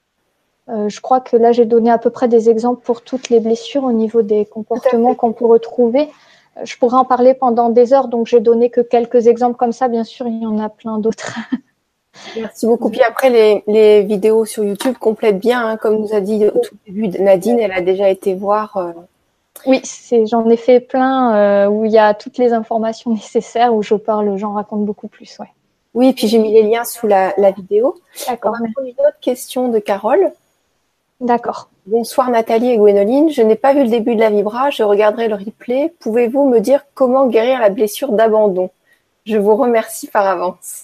Je crois que là j'ai donné à peu près des exemples pour toutes les blessures au niveau des comportements qu'on peut retrouver. Je pourrais en parler pendant des heures, donc j'ai donné que quelques exemples comme ça. Bien sûr, il y en a plein d'autres. Merci beaucoup. Puis après, les vidéos sur YouTube complètent bien, hein, comme nous a dit au tout début Nadine, elle a déjà été voir. Oui, j'en ai fait plein où il y a toutes les informations nécessaires, où j'en raconte beaucoup plus. Ouais. Oui, puis j'ai mis les liens sous la vidéo. D'accord. On va prendre une autre question de Carole. D'accord. Bonsoir Nathalie et Gwénoline. Je n'ai pas vu le début de la vibra, je regarderai le replay. Pouvez-vous me dire comment guérir la blessure d'abandon? Je vous remercie par avance.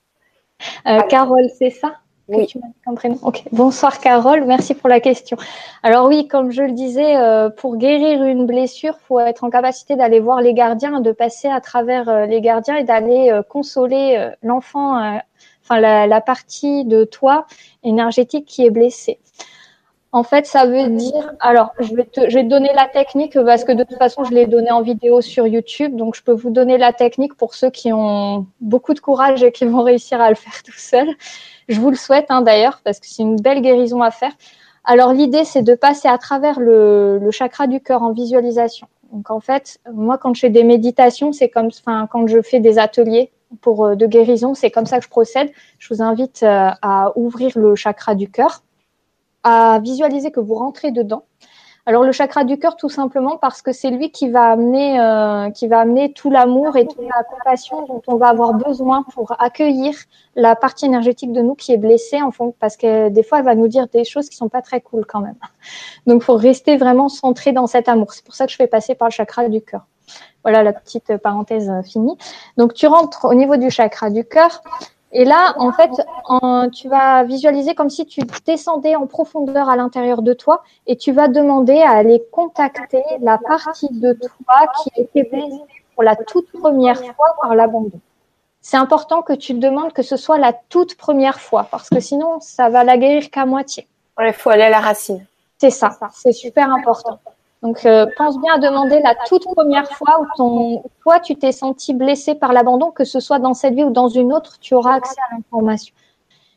Carole, c'est ça? Oui. Que tu m'as dit comme prénom. Ok. Bonsoir Carole, merci pour la question. Alors oui, comme je le disais, pour guérir une blessure, faut être en capacité d'aller voir les gardiens, de passer à travers les gardiens et d'aller consoler l'enfant, la partie de toi énergétique qui est blessée. En fait, ça veut dire. Alors, je vais te donner la technique parce que de toute façon, je l'ai donnée en vidéo sur YouTube, donc je peux vous donner la technique pour ceux qui ont beaucoup de courage et qui vont réussir à le faire tout seuls. Je vous le souhaite d'ailleurs, parce que c'est une belle guérison à faire. Alors, l'idée, c'est de passer à travers le chakra du cœur en visualisation. Donc, en fait, moi, quand je fais des méditations, quand je fais des ateliers de guérison, c'est comme ça que je procède. Je vous invite à ouvrir le chakra du cœur, à visualiser que vous rentrez dedans. Alors le chakra du cœur, tout simplement parce que c'est lui qui va amener tout l'amour et toute la compassion dont on va avoir besoin pour accueillir la partie énergétique de nous qui est blessée, parce que des fois elle va nous dire des choses qui sont pas très cool quand même. Donc faut rester vraiment centré dans cet amour. C'est pour ça que je fais passer par le chakra du cœur. Voilà la petite parenthèse finie. Donc tu rentres au niveau du chakra du cœur. Et là, en fait, tu vas visualiser comme si tu descendais en profondeur à l'intérieur de toi et tu vas demander à aller contacter la partie de toi qui a été blessée pour la toute première fois par l'abandon. C'est important que tu demandes que ce soit la toute première fois parce que sinon, ça va la guérir qu'à moitié. Il faut aller à la racine. C'est ça, c'est super important. Donc, pense bien à demander la toute première fois où toi, tu t'es senti blessé par l'abandon, que ce soit dans cette vie ou dans une autre, tu auras accès à l'information.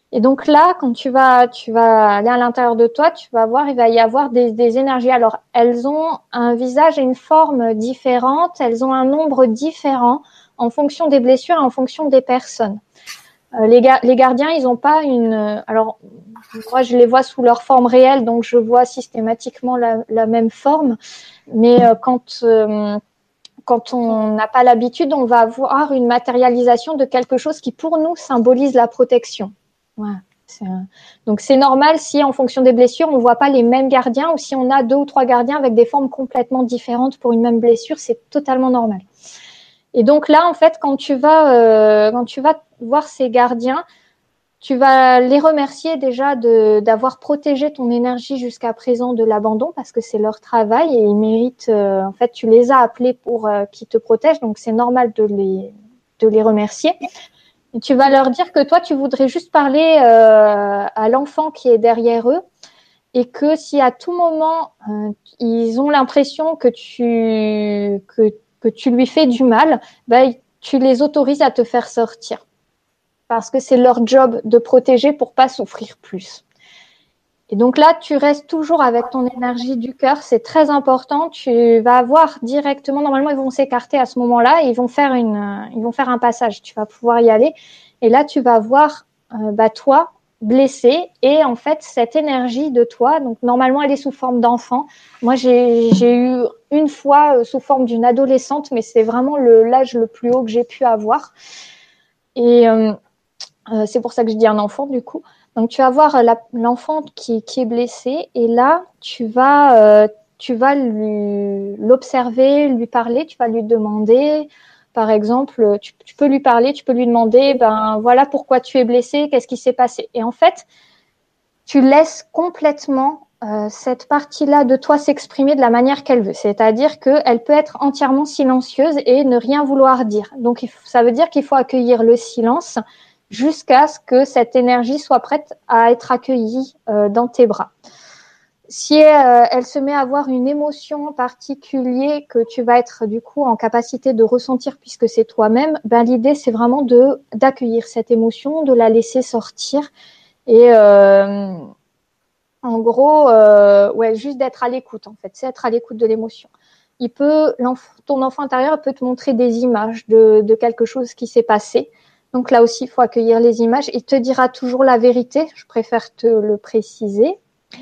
Et donc là, quand tu vas aller à l'intérieur de toi, tu vas voir, il va y avoir des énergies. Alors, elles ont un visage et une forme différentes, elles ont un nombre différent en fonction des blessures et en fonction des personnes. Les gardiens, ils n'ont pas une. Alors, moi, je les vois sous leur forme réelle, donc je vois systématiquement la même forme. Mais quand on n'a pas l'habitude, on va avoir une matérialisation de quelque chose qui, pour nous, symbolise la protection. Voilà. Donc, c'est normal si, en fonction des blessures, on ne voit pas les mêmes gardiens ou si on a 2 ou 3 gardiens avec des formes complètement différentes pour une même blessure, c'est totalement normal. Et donc là, en fait, quand tu vas voir ces gardiens, tu vas les remercier déjà d'avoir protégé ton énergie jusqu'à présent de l'abandon parce que c'est leur travail et ils méritent. En fait, tu les as appelés pour qu'ils te protègent, donc c'est normal de les remercier. Et tu vas leur dire que toi, tu voudrais juste parler à l'enfant qui est derrière eux et que si à tout moment ils ont l'impression que tu lui fais du mal, ben, tu les autorises à te faire sortir. Parce que c'est leur job de protéger pour pas souffrir plus. Et donc là, tu restes toujours avec ton énergie du cœur, c'est très important. Tu vas avoir directement, normalement, ils vont s'écarter à ce moment-là, et ils vont faire un passage. Tu vas pouvoir y aller. Et là, tu vas voir, toi, blessé, et en fait, cette énergie de toi, donc normalement, elle est sous forme d'enfant. Moi, j'ai eu une fois sous forme d'une adolescente, mais c'est vraiment l'âge le plus haut que j'ai pu avoir. Et c'est pour ça que je dis un enfant du coup. Donc tu vas voir l'enfant qui est blessé et là tu vas l'observer, lui parler, tu vas lui demander, par exemple, tu peux lui parler, tu peux lui demander, voilà pourquoi tu es blessé, qu'est-ce qui s'est passé. Et en fait, tu laisses complètement cette partie-là de toi s'exprimer de la manière qu'elle veut. C'est-à-dire qu'elle peut être entièrement silencieuse et ne rien vouloir dire. Donc ça veut dire qu'il faut accueillir le silence jusqu'à ce que cette énergie soit prête à être accueillie dans tes bras. Si elle se met à avoir une émotion particulière que tu vas être du coup en capacité de ressentir puisque c'est toi-même, l'idée c'est vraiment d'accueillir cette émotion, de la laisser sortir et en gros, juste d'être à l'écoute en fait, c'est être à l'écoute de l'émotion. Ton enfant intérieur peut te montrer des images de quelque chose qui s'est passé. Donc là aussi, il faut accueillir les images. Il te dira toujours la vérité, je préfère te le préciser.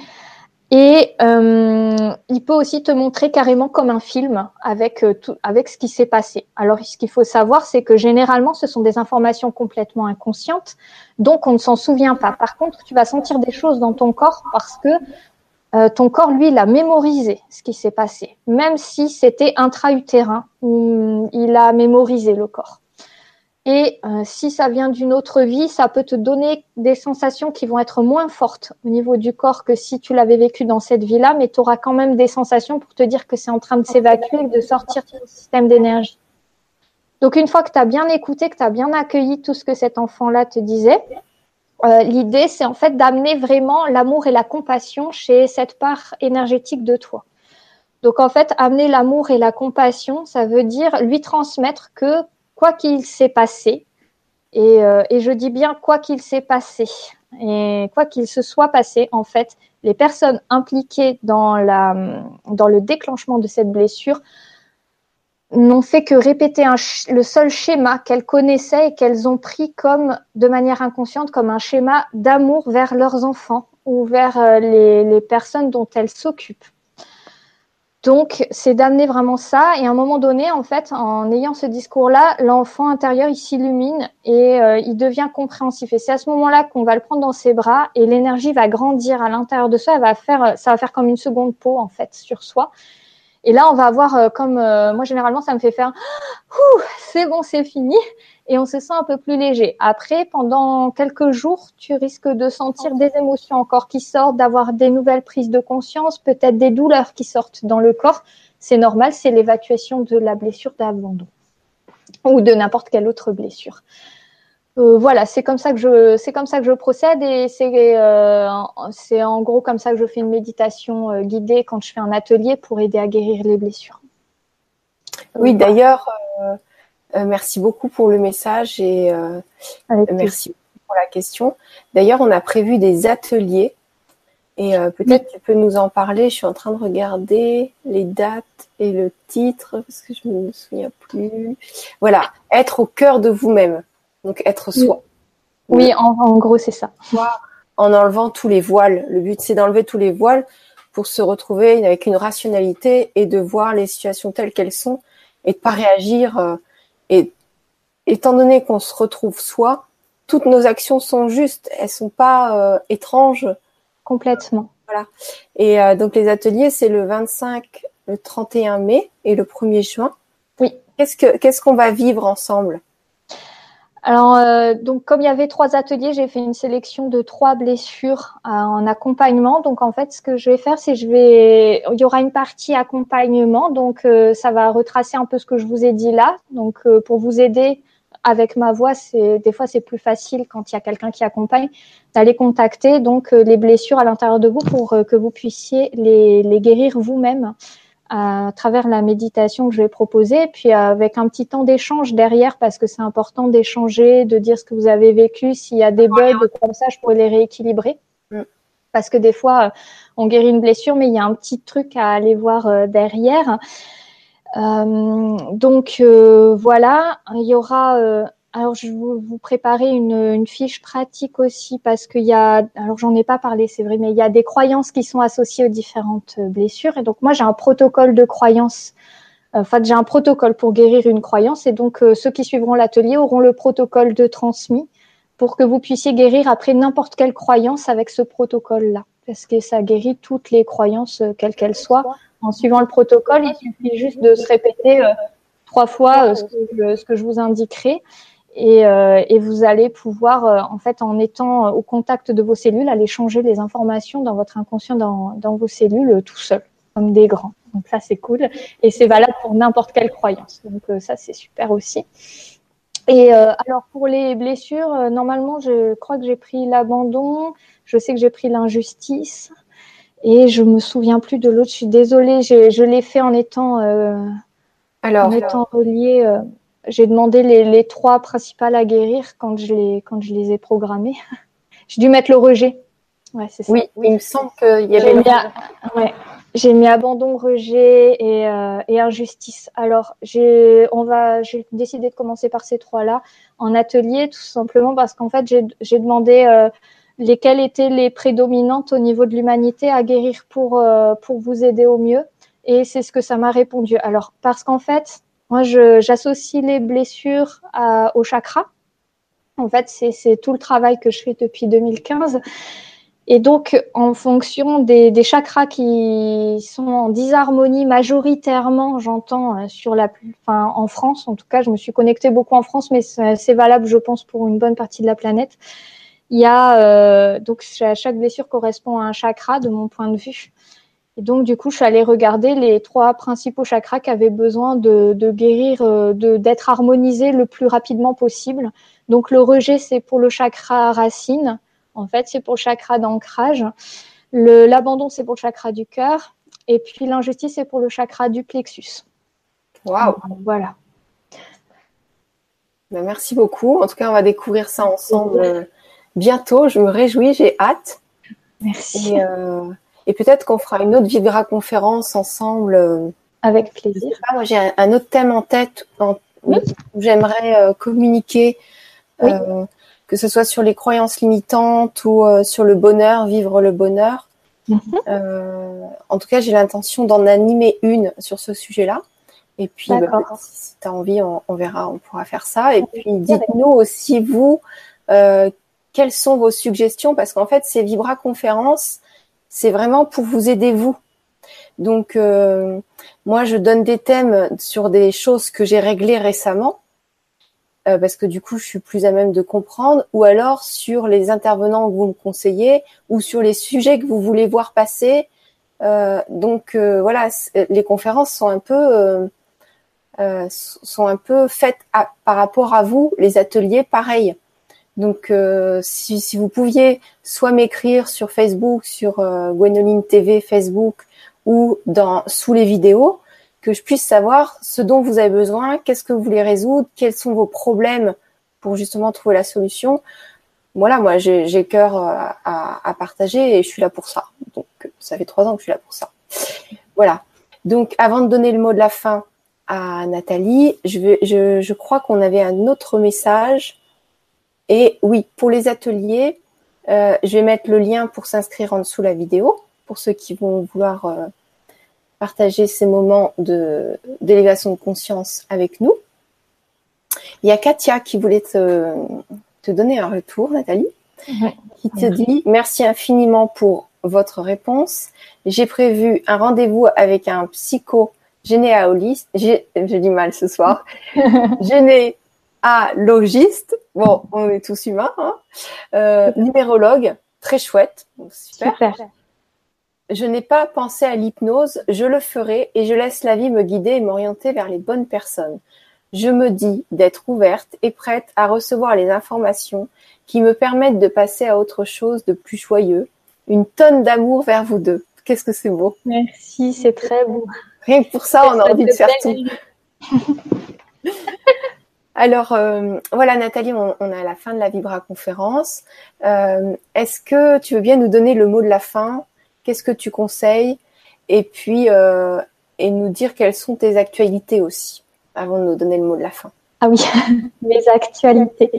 Et il peut aussi te montrer carrément comme un film avec ce qui s'est passé. Alors, ce qu'il faut savoir, c'est que généralement, ce sont des informations complètement inconscientes, donc on ne s'en souvient pas. Par contre, tu vas sentir des choses dans ton corps parce que ton corps, lui, il a mémorisé ce qui s'est passé. Même si c'était intra-utérin, il a mémorisé le corps. Et si ça vient d'une autre vie, ça peut te donner des sensations qui vont être moins fortes au niveau du corps que si tu l'avais vécu dans cette vie-là, mais tu auras quand même des sensations pour te dire que c'est en train de s'évacuer et de sortir de ton système d'énergie. Donc, une fois que tu as bien écouté, que tu as bien accueilli tout ce que cet enfant-là te disait, l'idée, c'est en fait d'amener vraiment l'amour et la compassion chez cette part énergétique de toi. Donc, en fait, amener l'amour et la compassion, ça veut dire lui transmettre que quoi qu'il s'est passé, et je dis bien quoi qu'il s'est passé, et quoi qu'il se soit passé, en fait, les personnes impliquées dans le déclenchement de cette blessure n'ont fait que répéter le seul schéma qu'elles connaissaient et qu'elles ont pris de manière inconsciente comme un schéma d'amour vers leurs enfants ou vers les personnes dont elles s'occupent. Donc, c'est d'amener vraiment ça. Et à un moment donné, en fait, en ayant ce discours-là, l'enfant intérieur, il s'illumine et il devient compréhensif. Et c'est à ce moment-là qu'on va le prendre dans ses bras et l'énergie va grandir à l'intérieur de soi. Ça va faire comme une seconde peau, en fait, sur soi. Et là, on va avoir moi, généralement, ça me fait faire « c'est bon, c'est fini ». Et on se sent un peu plus léger. Après, pendant quelques jours, tu risques de sentir des émotions encore qui sortent, d'avoir des nouvelles prises de conscience, peut-être des douleurs qui sortent dans le corps. C'est normal, c'est l'évacuation de la blessure d'abandon ou de n'importe quelle autre blessure. Voilà, c'est comme ça que je procède et c'est en gros comme ça que je fais une méditation guidée quand je fais un atelier pour aider à guérir les blessures. Oui, d'ailleurs, merci beaucoup pour le message et merci pour la question. D'ailleurs, on a prévu des ateliers et peut-être tu peux nous en parler. Je suis en train de regarder les dates et le titre parce que je ne me souviens plus. Voilà, être au cœur de vous-même. Donc, être soi. Oui, en gros, c'est ça. En enlevant tous les voiles. Le but, c'est d'enlever tous les voiles pour se retrouver avec une rationalité et de voir les situations telles qu'elles sont et de pas réagir. Et étant donné qu'on se retrouve soi, toutes nos actions sont justes. Elles sont pas étranges. Complètement. Voilà. Et donc, les ateliers, c'est le 25, le 31 mai et le 1er juin. Oui. Qu'est-ce qu'on va vivre ensemble? Alors, donc, comme il y avait 3 ateliers, j'ai fait une sélection de 3 blessures en accompagnement. Donc, en fait, ce que je vais faire, c'est il y aura une partie accompagnement. Donc, ça va retracer un peu ce que je vous ai dit là. Donc, pour vous aider avec ma voix, des fois, c'est plus facile quand il y a quelqu'un qui accompagne d'aller contacter donc les blessures à l'intérieur de vous pour que vous puissiez les guérir vous-même à travers la méditation que je vais proposer, puis avec un petit temps d'échange derrière, parce que c'est important d'échanger, de dire ce que vous avez vécu. S'il y a des bugs comme ça, je pourrais les rééquilibrer. Parce que des fois, on guérit une blessure, mais il y a un petit truc à aller voir derrière. Donc, voilà, il y aura... alors, je vais vous préparer une fiche pratique aussi parce qu'il y a, alors j'en ai pas parlé, c'est vrai, mais il y a des croyances qui sont associées aux différentes blessures. Et donc, moi, j'ai un protocole de croyances. Enfin, j'ai un protocole pour guérir une croyance. Et donc, ceux qui suivront l'atelier auront le protocole de transmis pour que vous puissiez guérir après n'importe quelle croyance avec ce protocole-là. Parce que ça guérit toutes les croyances, quelles qu'elles soient. En suivant le protocole, il suffit juste de se répéter 3 fois ce que je vous indiquerai. Et vous allez pouvoir, en fait, en étant au contact de vos cellules, aller changer les informations dans votre inconscient, dans vos cellules, tout seul, comme des grands. Donc ça, c'est cool. Et c'est valable pour n'importe quelle croyance. Donc ça, c'est super aussi. Et alors, pour les blessures, normalement, je crois que j'ai pris l'abandon. Je sais que j'ai pris l'injustice. Et je me souviens plus de l'autre. Je suis désolée. Je l'ai fait en étant reliée. J'ai demandé les 3 principales à guérir quand je les ai programmées. J'ai dû mettre le rejet. Ouais, c'est ça. Oui, il me semble qu'il y avait j'ai mis abandon, rejet et injustice. Alors, j'ai décidé de commencer par ces 3-là en atelier, tout simplement parce qu'en fait, j'ai demandé lesquelles étaient les prédominantes au niveau de l'humanité à guérir pour vous aider au mieux. Et c'est ce que ça m'a répondu. Alors, parce qu'en fait, moi, j'associe les blessures au chakra. En fait, c'est tout le travail que je fais depuis 2015. Et donc, en fonction des chakras qui sont en disharmonie majoritairement, j'entends en France, en tout cas, je me suis connectée beaucoup en France, mais c'est valable, je pense, pour une bonne partie de la planète. Il y a donc chaque blessure correspond à un chakra, de mon point de vue. Et donc, du coup, je suis allée regarder les 3 principaux chakras qui avaient besoin de guérir, d'être harmonisés le plus rapidement possible. Donc, le rejet, c'est pour le chakra racine. En fait, c'est pour le chakra d'ancrage. L'abandon, c'est pour le chakra du cœur. Et puis, l'injustice, c'est pour le chakra du plexus. Waouh! Voilà. Ben, merci beaucoup. En tout cas, on va découvrir ça ensemble bientôt. Je me réjouis, j'ai hâte. Merci. Et peut-être qu'on fera une autre Vibra conférence ensemble. Avec plaisir. Moi, j'ai un autre thème en tête où j'aimerais communiquer, que ce soit sur les croyances limitantes ou sur le bonheur, vivre le bonheur. En tout cas, j'ai l'intention d'en animer une sur ce sujet-là. Et puis, si tu as envie, on verra, on pourra faire ça. Et puis, dites-nous aussi, vous, quelles sont vos suggestions? Parce qu'en fait, ces Vibra conférences, c'est vraiment pour vous aider, vous. Donc, moi, je donne des thèmes sur des choses que j'ai réglées récemment, parce que du coup, je suis plus à même de comprendre, ou alors sur les intervenants que vous me conseillez, ou sur les sujets que vous voulez voir passer. Donc, voilà, les conférences sont un peu faites par rapport à vous, les ateliers, pareil. Donc, si vous pouviez soit m'écrire sur Facebook, sur Gwénoline TV, Facebook, ou sous les vidéos, que je puisse savoir ce dont vous avez besoin, qu'est-ce que vous voulez résoudre, quels sont vos problèmes pour justement trouver la solution. voilà, moi, j'ai cœur à partager et je suis là pour ça. Donc, ça fait 3 ans que je suis là pour ça. Voilà. Donc, avant de donner le mot de la fin à Nathalie, je crois qu'on avait un autre message. Et oui, pour les ateliers, je vais mettre le lien pour s'inscrire en dessous la vidéo, pour ceux qui vont vouloir partager ces moments d'élévation de conscience avec nous. Il y a Katia qui voulait te donner un retour, Nathalie, qui te dit « Merci infiniment pour votre réponse. J'ai prévu un rendez-vous avec un psycho-généalogiste. » J'ai du mal ce soir. Généalogiste. Bon, on est tous humains. Hein. Numérologue. Très chouette. Donc, super. Je n'ai pas pensé à l'hypnose. Je le ferai et je laisse la vie me guider et m'orienter vers les bonnes personnes. Je me dis d'être ouverte et prête à recevoir les informations qui me permettent de passer à autre chose de plus joyeux. Une tonne d'amour vers vous deux. Qu'est-ce que c'est beau. Merci, c'est très beau. Rien que pour ça, on a envie de faire tout. Alors, voilà Nathalie, on est à la fin de la Vibra conférence. Est-ce que tu veux bien nous donner le mot de la fin? Qu'est-ce que tu conseilles? Et puis, et nous dire quelles sont tes actualités aussi, avant de nous donner le mot de la fin. Ah oui, mes actualités.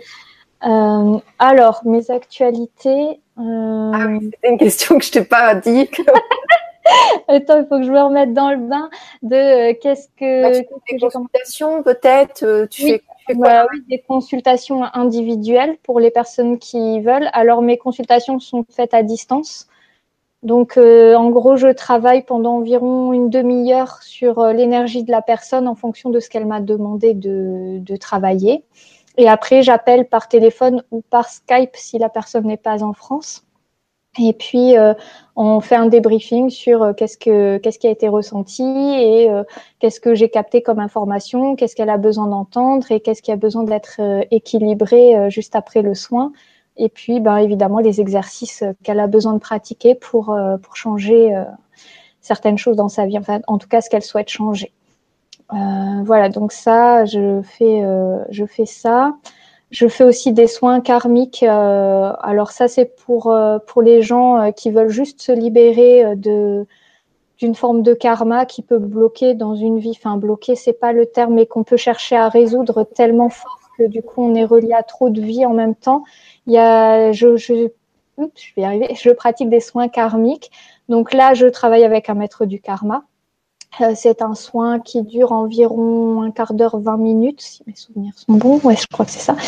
Alors, mes actualités... Ah oui, c'était une question que je t'ai pas dit. Attends, il faut que je me remette dans le bain de qu'est-ce que... Des consultations peut-être tu fais quoi? Oui, des consultations individuelles pour les personnes qui veulent. Alors, mes consultations sont faites à distance. Donc, en gros, je travaille pendant environ une demi-heure sur l'énergie de la personne en fonction de ce qu'elle m'a demandé de travailler. Et après, j'appelle par téléphone ou par Skype si la personne n'est pas en France. Et puis, on fait un débriefing sur qu'est-ce qui a été ressenti et qu'est-ce que j'ai capté comme information, qu'est-ce qu'elle a besoin d'entendre et qu'est-ce qui a besoin d'être équilibré juste après le soin. Et puis, ben, évidemment, les exercices qu'elle a besoin de pratiquer pour changer certaines choses dans sa vie, enfin, en tout cas, ce qu'elle souhaite changer. Voilà, donc ça, je fais ça. Je fais aussi des soins karmiques. Alors ça, c'est pour les gens qui veulent juste se libérer d'une forme de karma qui peut bloquer dans une vie. Enfin, bloquer, c'est pas le terme, mais qu'on peut chercher à résoudre tellement fort que du coup, on est relié à trop de vies en même temps. Il y a, je vais y arriver. Je pratique des soins karmiques. Donc là, je travaille avec un maître du karma. C'est un soin qui dure environ un quart d'heure, 20 minutes, si mes souvenirs sont bons. Ouais, je crois que c'est ça.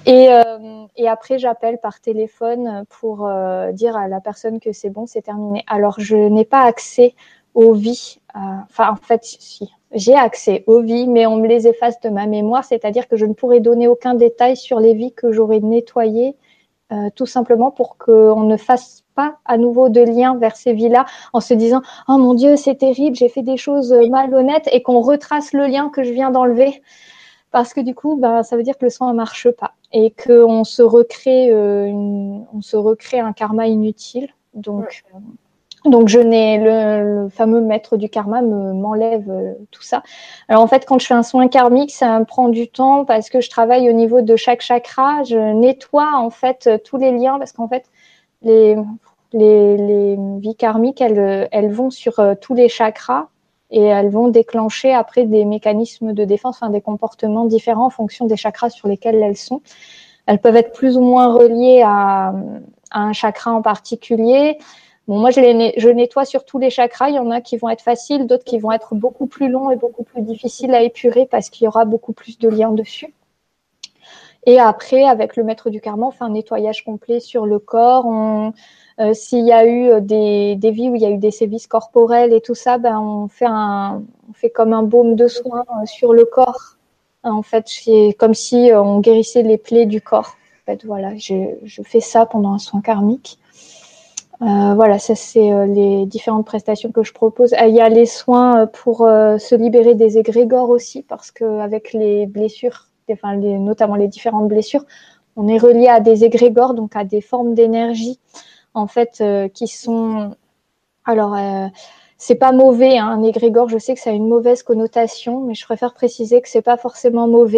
Et après, j'appelle par téléphone pour dire à la personne que c'est bon, c'est terminé. Alors, je n'ai pas accès aux vies. Enfin, en fait, si, j'ai accès aux vies, mais on me les efface de ma mémoire. C'est-à-dire que je ne pourrais donner aucun détail sur les vies que j'aurais nettoyées, tout simplement pour qu'on ne fasse pas à nouveau de lien vers ces vies-là en se disant « Oh mon Dieu, c'est terrible, j'ai fait des choses malhonnêtes » et qu'on retrace le lien que je viens d'enlever. Parce que du coup, ben, ça veut dire que le soin ne marche pas et qu'on se recrée, un karma inutile. Donc je n'ai le fameux maître du karma m'enlève tout ça. Alors en fait, quand je fais un soin karmique, ça me prend du temps parce que je travaille au niveau de chaque chakra. Je nettoie en fait tous les liens parce qu'en fait, les vies karmiques, elles vont sur tous les chakras. Et elles vont déclencher après des mécanismes de défense, enfin des comportements différents en fonction des chakras sur lesquels elles sont. Elles peuvent être plus ou moins reliées à un chakra en particulier. Bon, moi, je nettoie sur tous les chakras. Il y en a qui vont être faciles, d'autres qui vont être beaucoup plus longs et beaucoup plus difficiles à épurer parce qu'il y aura beaucoup plus de liens dessus. Et après, avec le maître du karma, on fait un nettoyage complet sur le corps. S'il y a eu des vies où il y a eu des sévices corporels et tout ça, ben on fait comme un baume de soin sur le corps. En fait, c'est comme si on guérissait les plaies du corps. En fait, voilà, je fais ça pendant un soin karmique. Voilà, ça c'est les différentes prestations que je propose. Il y a les soins pour se libérer des égrégores aussi, parce qu'avec les blessures, notamment les différentes blessures, on est relié à des égrégores, donc à des formes d'énergie en fait, qui sont... Alors, c'est pas mauvais, hein, un égrégore, je sais que ça a une mauvaise connotation, mais je préfère préciser que c'est pas forcément mauvais.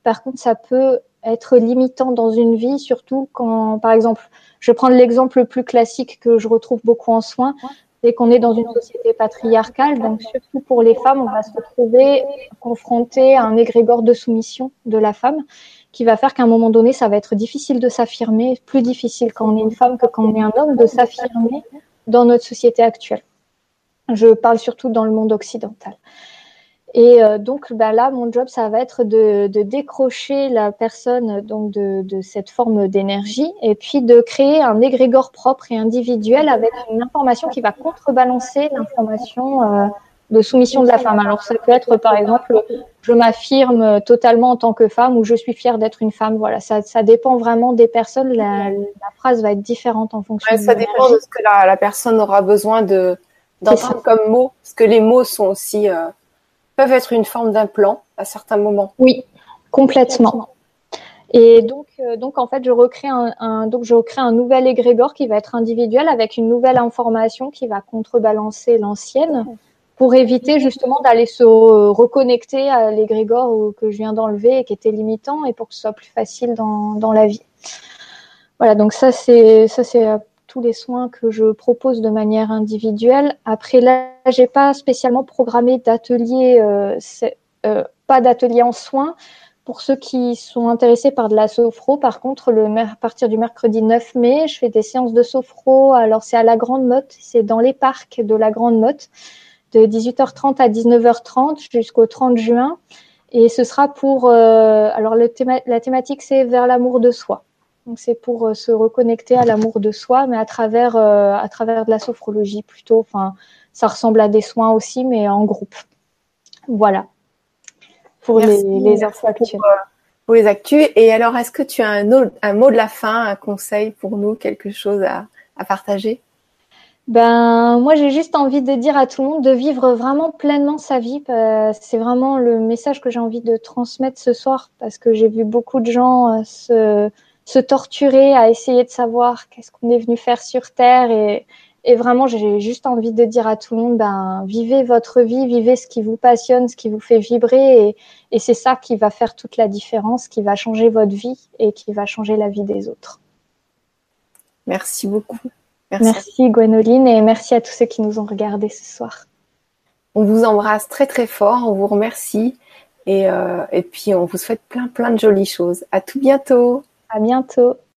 Par contre, ça peut être limitant dans une vie, surtout quand, par exemple, je vais prendre l'exemple le plus classique que je retrouve beaucoup en soins, c'est qu'on est dans une société patriarcale, donc surtout pour les femmes, on va se retrouver confronté à un égrégore de soumission de la femme qui va faire qu'à un moment donné, ça va être difficile de s'affirmer, plus difficile quand on est une femme que quand on est un homme, de s'affirmer dans notre société actuelle. Je parle surtout dans le monde occidental. Et donc là, mon job, ça va être de décrocher la personne donc de cette forme d'énergie et puis de créer un égrégore propre et individuel avec une information qui va contrebalancer l'information de soumission de la femme. Alors ça peut être par exemple, je m'affirme totalement en tant que femme ou je suis fière d'être une femme. Voilà, ça dépend vraiment des personnes. La phrase va être différente en fonction. Ça dépend de ce que la personne aura besoin d'entendre comme mots, parce que les mots sont aussi peuvent être une forme d'implant à certains moments. Oui, complètement. Et donc en fait, je recrée un nouvel égrégore qui va être individuel avec une nouvelle information qui va contrebalancer l'ancienne pour éviter justement d'aller se reconnecter à l'égrégore que je viens d'enlever et qui était limitant et pour que ce soit plus facile dans la vie. Voilà, donc ça c'est tous les soins que je propose de manière individuelle. Après là, j'ai pas spécialement programmé d'atelier, pas d'atelier en soins. Pour ceux qui sont intéressés par de la sophro, par contre, à partir du mercredi 9 mai, je fais des séances de sophro. Alors c'est à la Grande Motte, c'est dans les parcs de la Grande Motte, de 18h30 à 19h30 jusqu'au 30 juin. Et ce sera pour, alors la thématique c'est vers l'amour de soi. Donc c'est pour se reconnecter à l'amour de soi, mais à travers de la sophrologie plutôt. Enfin, ça ressemble à des soins aussi, mais en groupe. Voilà. Pour les infos actuelles. Pour les actus. Et alors, est-ce que tu as un mot de la fin, un conseil pour nous, quelque chose à partager? Moi, j'ai juste envie de dire à tout le monde de vivre vraiment pleinement sa vie. C'est vraiment le message que j'ai envie de transmettre ce soir parce que j'ai vu beaucoup de gens se torturer à essayer de savoir qu'est-ce qu'on est venu faire sur Terre et vraiment, j'ai juste envie de dire à tout le monde, vivez votre vie, vivez ce qui vous passionne, ce qui vous fait vibrer et c'est ça qui va faire toute la différence, qui va changer votre vie et qui va changer la vie des autres. Merci beaucoup. Merci Gwénoline et merci à tous ceux qui nous ont regardés ce soir. On vous embrasse très très fort, on vous remercie et puis on vous souhaite plein de jolies choses. À tout bientôt. À bientôt.